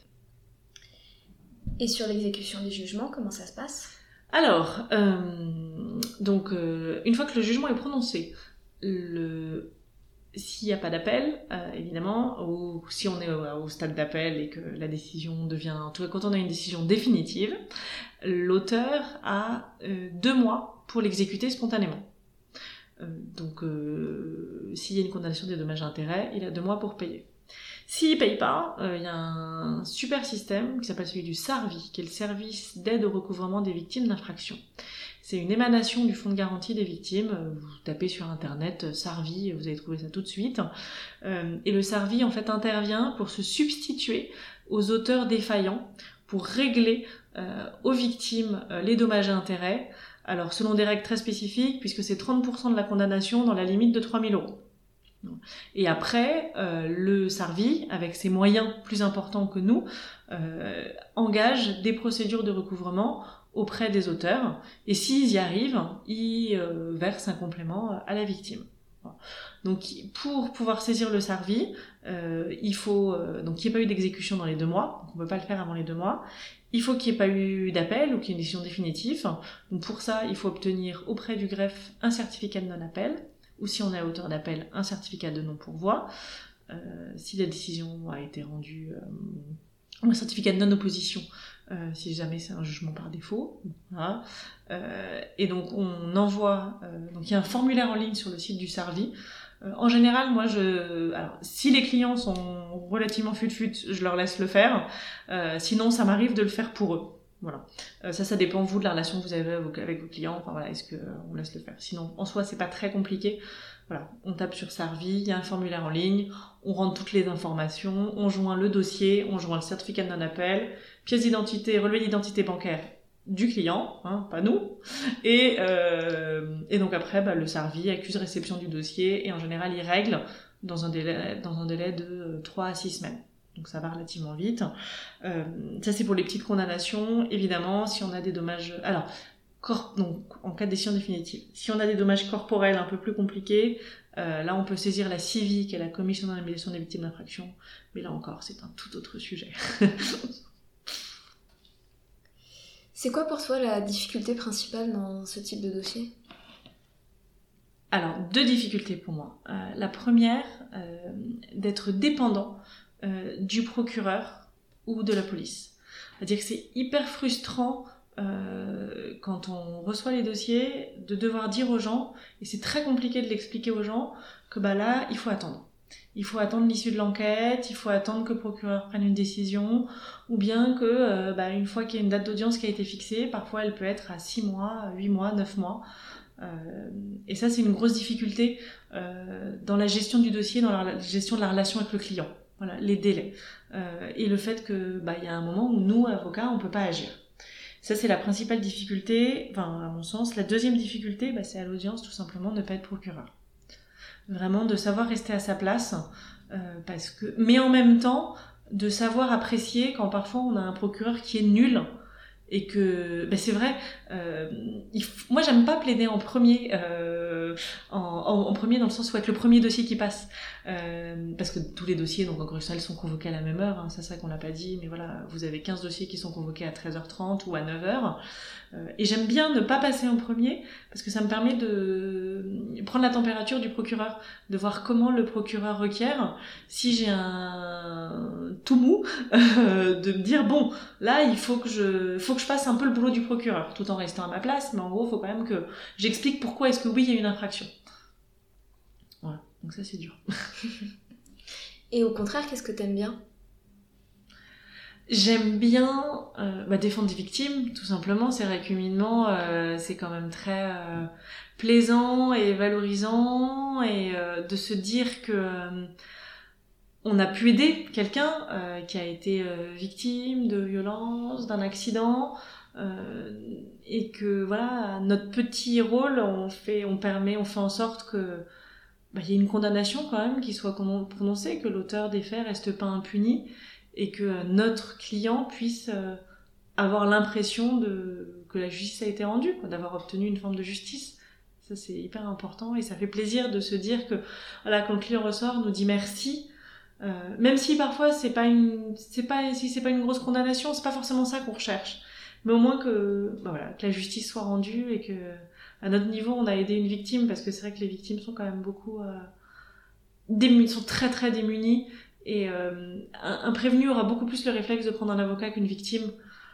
Et sur l'exécution du jugement, comment ça se passe ? Alors, euh, donc, euh, une fois que le jugement est prononcé, le... s'il n'y a pas d'appel, euh, évidemment, ou si on est au, au stade d'appel et que la décision devient... En tout cas, quand on a une décision définitive, l'auteur a euh, deux mois pour l'exécuter spontanément. Euh, donc, euh, s'il y a une condamnation des dommages et intérêts, il a deux mois pour payer. S'il ne paye pas, il euh, y a un super système qui s'appelle celui du SARVI, qui est le service d'aide au recouvrement des victimes d'infractions. C'est une émanation du Fonds de garantie des victimes. Vous tapez sur internet SARVI, vous allez trouver ça tout de suite. Euh, et le SARVI, en fait, intervient pour se substituer aux auteurs défaillants, pour régler euh, aux victimes euh, les dommages et intérêts. Alors, selon des règles très spécifiques, puisque c'est trente pour cent de la condamnation dans la limite de trois mille euros. Et après, euh, le SARVI, avec ses moyens plus importants que nous, euh, engage des procédures de recouvrement auprès des auteurs, et s'ils y arrivent, ils euh, versent un complément à la victime. Voilà. Donc, pour pouvoir saisir le SARVI, euh, il faut euh, donc qu'il n'y ait pas eu d'exécution dans les deux mois, donc on ne peut pas le faire avant les deux mois. Il faut qu'il n'y ait pas eu d'appel ou qu'il y ait une décision définitive. Donc pour ça, il faut obtenir auprès du greffe un certificat de non-appel, ou si on est à hauteur d'appel, un certificat de non-pourvoi. Euh, si la décision a été rendue, euh, un certificat de non-opposition, euh, si jamais c'est un jugement par défaut. Voilà. Euh, et donc on envoie, euh, donc il y a un formulaire en ligne sur le site du SARVI. Euh, en général, moi, je, alors si les clients sont relativement fut-fut, je leur laisse le faire. Euh, sinon, ça m'arrive de le faire pour eux. Voilà. Euh, ça, ça dépend vous de la relation que vous avez avec vos clients. Enfin voilà, est-ce que euh, on laisse le faire. Sinon, en soi, c'est pas très compliqué. Voilà, on tape sur SARVI, il y a un formulaire en ligne, on rentre toutes les informations, on joint le dossier, on joint le certificat de non-appel, pièce d'identité, relevé d'identité bancaire du client, hein, pas nous. Et, euh, et donc après, bah, le SARVI accuse réception du dossier et en général, il règle dans un délai, dans un délai de trois à six semaines. Donc ça va relativement vite. Euh, ça c'est pour les petites condamnations. Évidemment, si on a des dommages... Alors, cor... donc, en cas de décision définitive, si on a des dommages corporels un peu plus compliqués, euh, là on peut saisir la C I V I, qui est la Commission d'indemnisation des victimes d'infractions. Mais là encore, c'est un tout autre sujet. C'est quoi pour toi la difficulté principale dans ce type de dossier ? Alors, deux difficultés pour moi. Euh, la première, euh, d'être dépendant euh, du procureur ou de la police. C'est-à-dire que c'est hyper frustrant euh, quand on reçoit les dossiers de devoir dire aux gens, et c'est très compliqué de l'expliquer aux gens, que bah là, il faut attendre. Il faut attendre l'issue de l'enquête, il faut attendre que le procureur prenne une décision, ou bien que, euh, bah, une fois qu'il y a une date d'audience qui a été fixée, parfois elle peut être à six mois, huit mois, neuf mois. Euh, et ça, c'est une grosse difficulté euh, dans la gestion du dossier, dans la gestion de la relation avec le client. Voilà, les délais. Euh, et le fait que, bah, il y a un moment où nous, avocats, on peut pas agir. Ça, c'est la principale difficulté, enfin, à mon sens. La deuxième difficulté, bah, c'est à l'audience, tout simplement, de ne pas être procureur. Vraiment, de savoir rester à sa place, euh, parce que... mais en même temps, de savoir apprécier quand parfois on a un procureur qui est nul, et que ben c'est vrai, euh, il f... moi j'aime pas plaider en premier, euh, en, en, en premier dans le sens où être le premier dossier qui passe, euh, parce que tous les dossiers donc en correctionnel sont convoqués à la même heure, hein, c'est ça qu'on l'a pas dit, mais voilà, vous avez quinze dossiers qui sont convoqués à treize heures trente ou à neuf heures, euh, et j'aime bien ne pas passer en premier parce que ça me permet de prendre la température du procureur, de voir comment le procureur requiert. Si j'ai un tout mou, euh, de me dire bon, là il faut que je faut que je fasse un peu le boulot du procureur tout en restant à ma place, mais en gros il faut quand même que j'explique pourquoi est-ce que oui il y a une infraction. Voilà, donc ça c'est dur. Et au contraire, qu'est-ce que t'aimes bien? J'aime bien euh, bah, défendre des victimes, tout simplement. C'est vrai qu'humainement, euh, c'est quand même très euh, plaisant et valorisant, et euh, de se dire que euh, on a pu aider quelqu'un euh, qui a été euh, victime de violence, d'un accident, euh, et que voilà, notre petit rôle, on fait, on permet, on fait en sorte que bah, y ait une condamnation quand même qui soit prononcée, que l'auteur des faits reste pas impuni, et que notre client puisse euh, avoir l'impression de que la justice a été rendue, quoi, d'avoir obtenu une forme de justice. Ça c'est hyper important, et ça fait plaisir de se dire que voilà, quand le client ressort, nous dit merci, euh, même si parfois c'est pas une c'est pas si c'est pas une grosse condamnation, c'est pas forcément ça qu'on recherche, mais au moins que bah voilà, que la justice soit rendue, et que à notre niveau on a aidé une victime, parce que c'est vrai que les victimes sont quand même beaucoup euh, démunies, sont très très démunies. Et euh, un, un prévenu aura beaucoup plus le réflexe de prendre un avocat qu'une victime.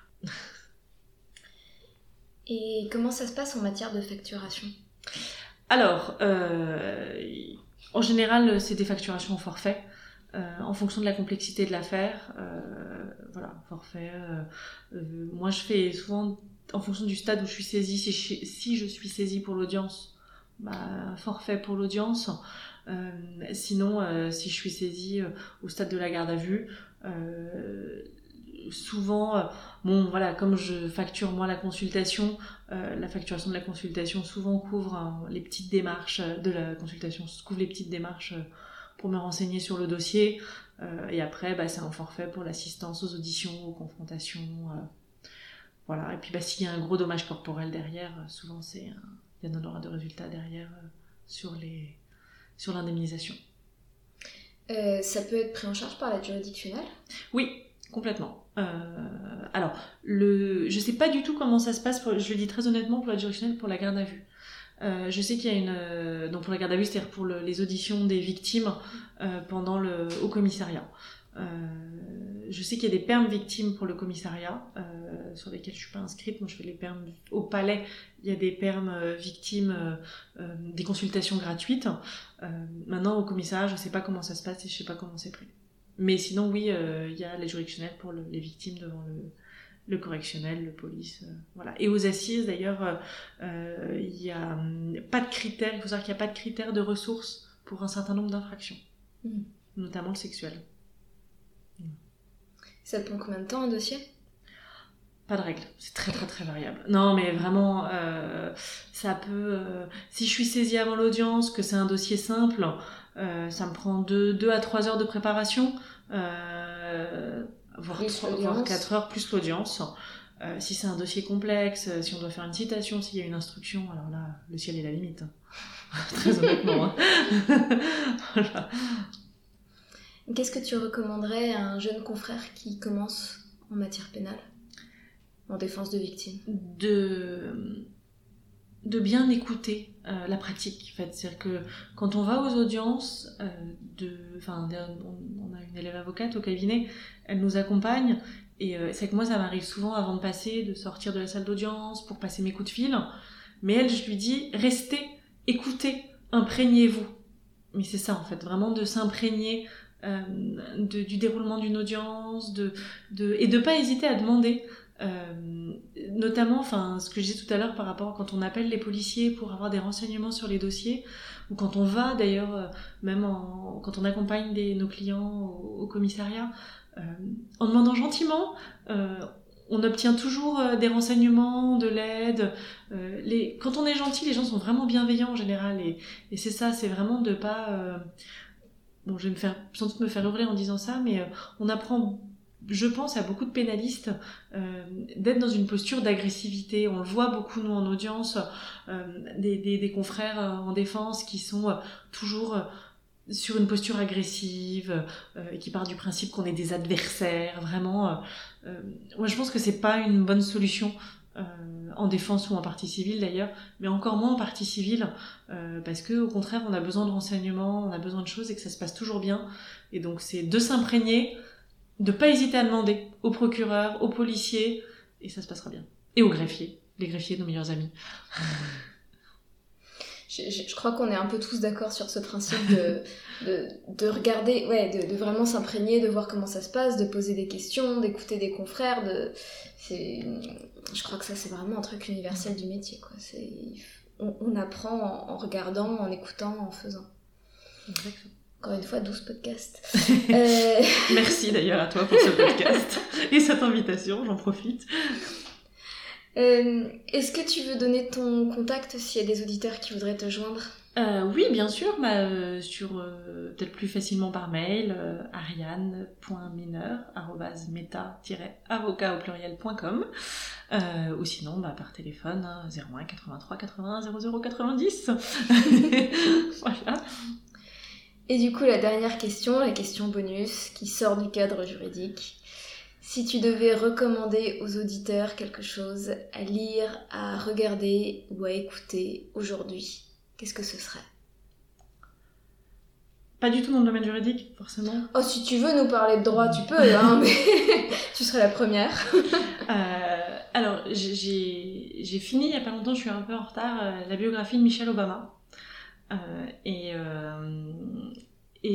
Et comment ça se passe en matière de facturation? Alors, euh, en général, c'est des facturations au forfait, euh, en fonction de la complexité de l'affaire. Euh, voilà, forfait. Euh, euh, moi, je fais souvent, en fonction du stade où je suis saisie, si je, si je suis saisie pour l'audience, bah, forfait pour l'audience. Euh, sinon, euh, si je suis saisie euh, au stade de la garde à vue, euh, souvent, euh, bon voilà, comme je facture moi la consultation, euh, la facturation de la consultation souvent couvre hein, les petites démarches de la consultation, couvre les petites démarches euh, pour me renseigner sur le dossier, euh, et après bah, c'est un forfait pour l'assistance aux auditions, aux confrontations, euh, voilà. Et puis bah, s'il y a un gros dommage corporel derrière, euh, souvent c'est un, il y a un honoraire de résultat derrière euh, sur les sur l'indemnisation. Euh, ça peut être pris en charge par l'aide juridictionnelle? Oui, complètement. Euh, alors, le, je sais pas du tout comment ça se passe, pour, je le dis très honnêtement, pour l'aide juridictionnelle, pour la garde à vue. Euh, je sais qu'il y a une... Euh, donc pour la garde à vue, c'est-à-dire pour le, les auditions des victimes euh, pendant le, au commissariat. Euh, je sais qu'il y a des permes victimes pour le commissariat, euh, sur lesquelles je suis pas inscrite. Moi, je fais les permes au palais. Il y a des permes euh, victimes, euh, euh, des consultations gratuites. Euh, maintenant, au commissariat, je sais pas comment ça se passe et je sais pas comment c'est pris. Mais sinon, oui, euh, il y a l'aide juridictionnelle pour le, les victimes devant le, le correctionnel, le police, euh, voilà. Et aux assises, d'ailleurs, euh, il y a hum, pas de critères. Il faut savoir qu'il n'y a pas de critères de ressources pour un certain nombre d'infractions, mmh. notamment le sexuel. Ça te prend combien de temps un dossier? Pas de règle, c'est très très très variable. Non mais vraiment, euh, ça peut... Euh, si je suis saisie avant l'audience, que c'est un dossier simple, euh, ça me prend deux à trois heures de préparation, euh, voire, voire quatre heures plus l'audience. Euh, si c'est un dossier complexe, si on doit faire une citation, s'il y a une instruction, alors là, le ciel est la limite. Très honnêtement. Hein. Voilà. Qu'est-ce que tu recommanderais à un jeune confrère qui commence en matière pénale, en défense de victimes? De, de bien écouter euh, la pratique, en fait. C'est-à-dire que quand on va aux audiences, euh, de, enfin, on, on a une élève avocate au cabinet, elle nous accompagne, et euh, c'est que moi ça m'arrive souvent avant de passer, de sortir de la salle d'audience pour passer mes coups de fil, mais elle, je lui dis, restez, écoutez, imprégnez-vous. Mais c'est ça en fait, vraiment de s'imprégner Euh, de, du déroulement d'une audience, de, de, et de pas hésiter à demander, euh, notamment, enfin, ce que je disais tout à l'heure par rapport à quand on appelle les policiers pour avoir des renseignements sur les dossiers, ou quand on va d'ailleurs, euh, même en, quand on accompagne des, nos clients au, au commissariat, euh, en demandant gentiment, euh, on obtient toujours euh, des renseignements, de l'aide. Euh, les... Quand on est gentil, les gens sont vraiment bienveillants en général. Et, et c'est ça, c'est vraiment de pas... Euh... Bon, je vais me faire, sans doute me faire hurler en disant ça, mais euh, on apprend... Je pense à beaucoup de pénalistes euh, d'être dans une posture d'agressivité. On le voit beaucoup, nous, en audience, euh, des, des, des confrères euh, en défense qui sont euh, toujours euh, sur une posture agressive euh, et qui part du principe qu'on est des adversaires. Vraiment, euh, euh, moi, je pense que c'est pas une bonne solution euh, en défense ou en partie civile, d'ailleurs, mais encore moins en partie civile, euh, parce que au contraire, on a besoin de renseignements, on a besoin de choses et que ça se passe toujours bien. Et donc, c'est de s'imprégner, de pas hésiter à demander au procureur, aux policiers, et ça se passera bien. Et aux greffiers, les greffiers, nos meilleurs amis. Je, je, je crois qu'on est un peu tous d'accord sur ce principe de, de, de regarder, ouais, de, de vraiment s'imprégner, de voir comment ça se passe, de poser des questions, d'écouter des confrères. De, c'est, je crois que ça, c'est vraiment un truc universel du métier, quoi. C'est, on, on apprend en, en regardant, en écoutant, en faisant. Exactement. Encore une fois, douze podcasts. euh... Merci d'ailleurs à toi pour ce podcast et cette invitation, j'en profite. Euh, est-ce que tu veux donner ton contact s'il y a des auditeurs qui voudraient te joindre ? euh, Oui, bien sûr, bah, euh, sur, euh, peut-être plus facilement par mail, euh, ariane point mineur arobase meta tiret avocat au pluriel point com euh, ou sinon bah, par téléphone hein, zéro un quatre-vingt-trois quatre-vingt-un zéro zéro quatre-vingt-dix. Voilà. Et du coup, la dernière question, la question bonus, qui sort du cadre juridique. Si tu devais recommander aux auditeurs quelque chose à lire, à regarder ou à écouter aujourd'hui, qu'est-ce que ce serait ? Pas du tout dans le domaine juridique, forcément. Oh, si tu veux nous parler de droit, tu peux, hein, mais tu serais la première. euh, alors, j'ai, j'ai fini il y a pas longtemps, je suis un peu en retard, euh, la biographie de Michelle Obama. Euh, et, euh, et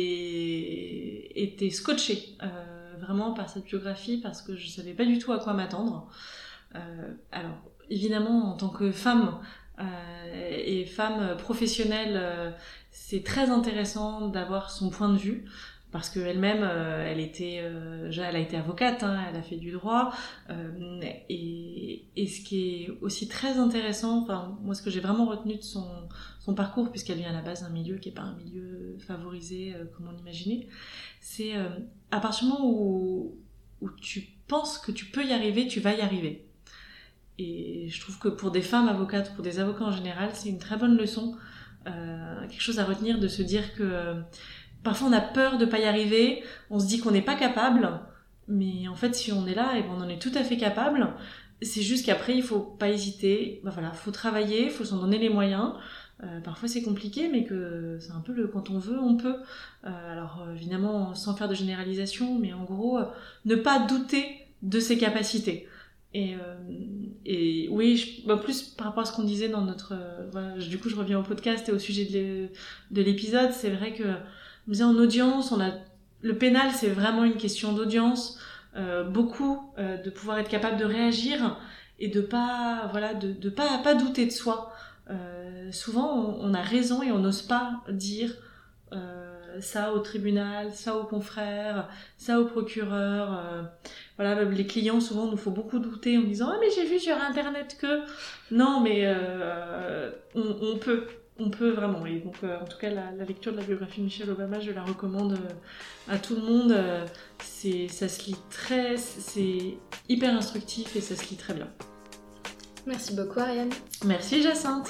j'ai été scotchée euh, vraiment par cette biographie parce que je savais pas du tout à quoi m'attendre. Euh, alors évidemment en tant que femme euh, et femme professionnelle, euh, c'est très intéressant d'avoir son point de vue. Parce qu'elle-même, euh, elle était, euh, elle a été avocate, hein, elle a fait du droit, euh, et, et ce qui est aussi très intéressant, enfin moi ce que j'ai vraiment retenu de son, son parcours, puisqu'elle vient à la base d'un milieu qui n'est pas un milieu favorisé euh, comme on imaginait, c'est euh, à partir du moment où, où tu penses que tu peux y arriver, tu vas y arriver. Et je trouve que pour des femmes avocates, pour des avocats en général, c'est une très bonne leçon, euh, quelque chose à retenir, de se dire que euh, parfois on a peur de pas y arriver, on se dit qu'on n'est pas capable, mais en fait si on est là, et ben on en est tout à fait capable. C'est juste qu'après il faut pas hésiter, ben voilà, faut travailler, faut s'en donner les moyens. Euh, parfois c'est compliqué, mais que c'est un peu le quand on veut, on peut. Euh, alors évidemment sans faire de généralisation, mais en gros euh, ne pas douter de ses capacités. Et, euh, et oui, je, bah plus par rapport à ce qu'on disait dans notre, euh, voilà, du coup je reviens au podcast et au sujet de, de l'épisode, c'est vrai que on disait en audience, on a le pénal, c'est vraiment une question d'audience, euh, beaucoup euh, de pouvoir être capable de réagir et de pas, voilà, de, de pas, pas douter de soi. Euh, souvent, on, on a raison et on n'ose pas dire euh, ça au tribunal, ça au confrère, ça au procureur. Euh, voilà, même les clients souvent nous font beaucoup douter en disant ah mais j'ai vu sur internet que non mais euh, on, on peut. On peut vraiment, et donc euh, en tout cas la, la lecture de la biographie de Michelle Obama, je la recommande euh, à tout le monde. Euh, c'est, ça se lit très, c'est hyper instructif et ça se lit très bien. Merci beaucoup Ariane. Merci Jacinthe.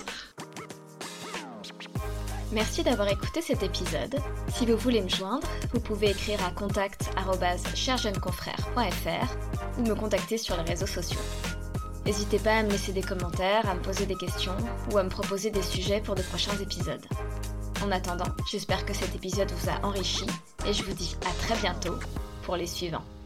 Merci d'avoir écouté cet épisode. Si vous voulez me joindre, vous pouvez écrire à contact arobase cher jeune confrère point f r ou me contacter sur les réseaux sociaux. N'hésitez pas à me laisser des commentaires, à me poser des questions ou à me proposer des sujets pour de prochains épisodes. En attendant, j'espère que cet épisode vous a enrichi et je vous dis à très bientôt pour les suivants.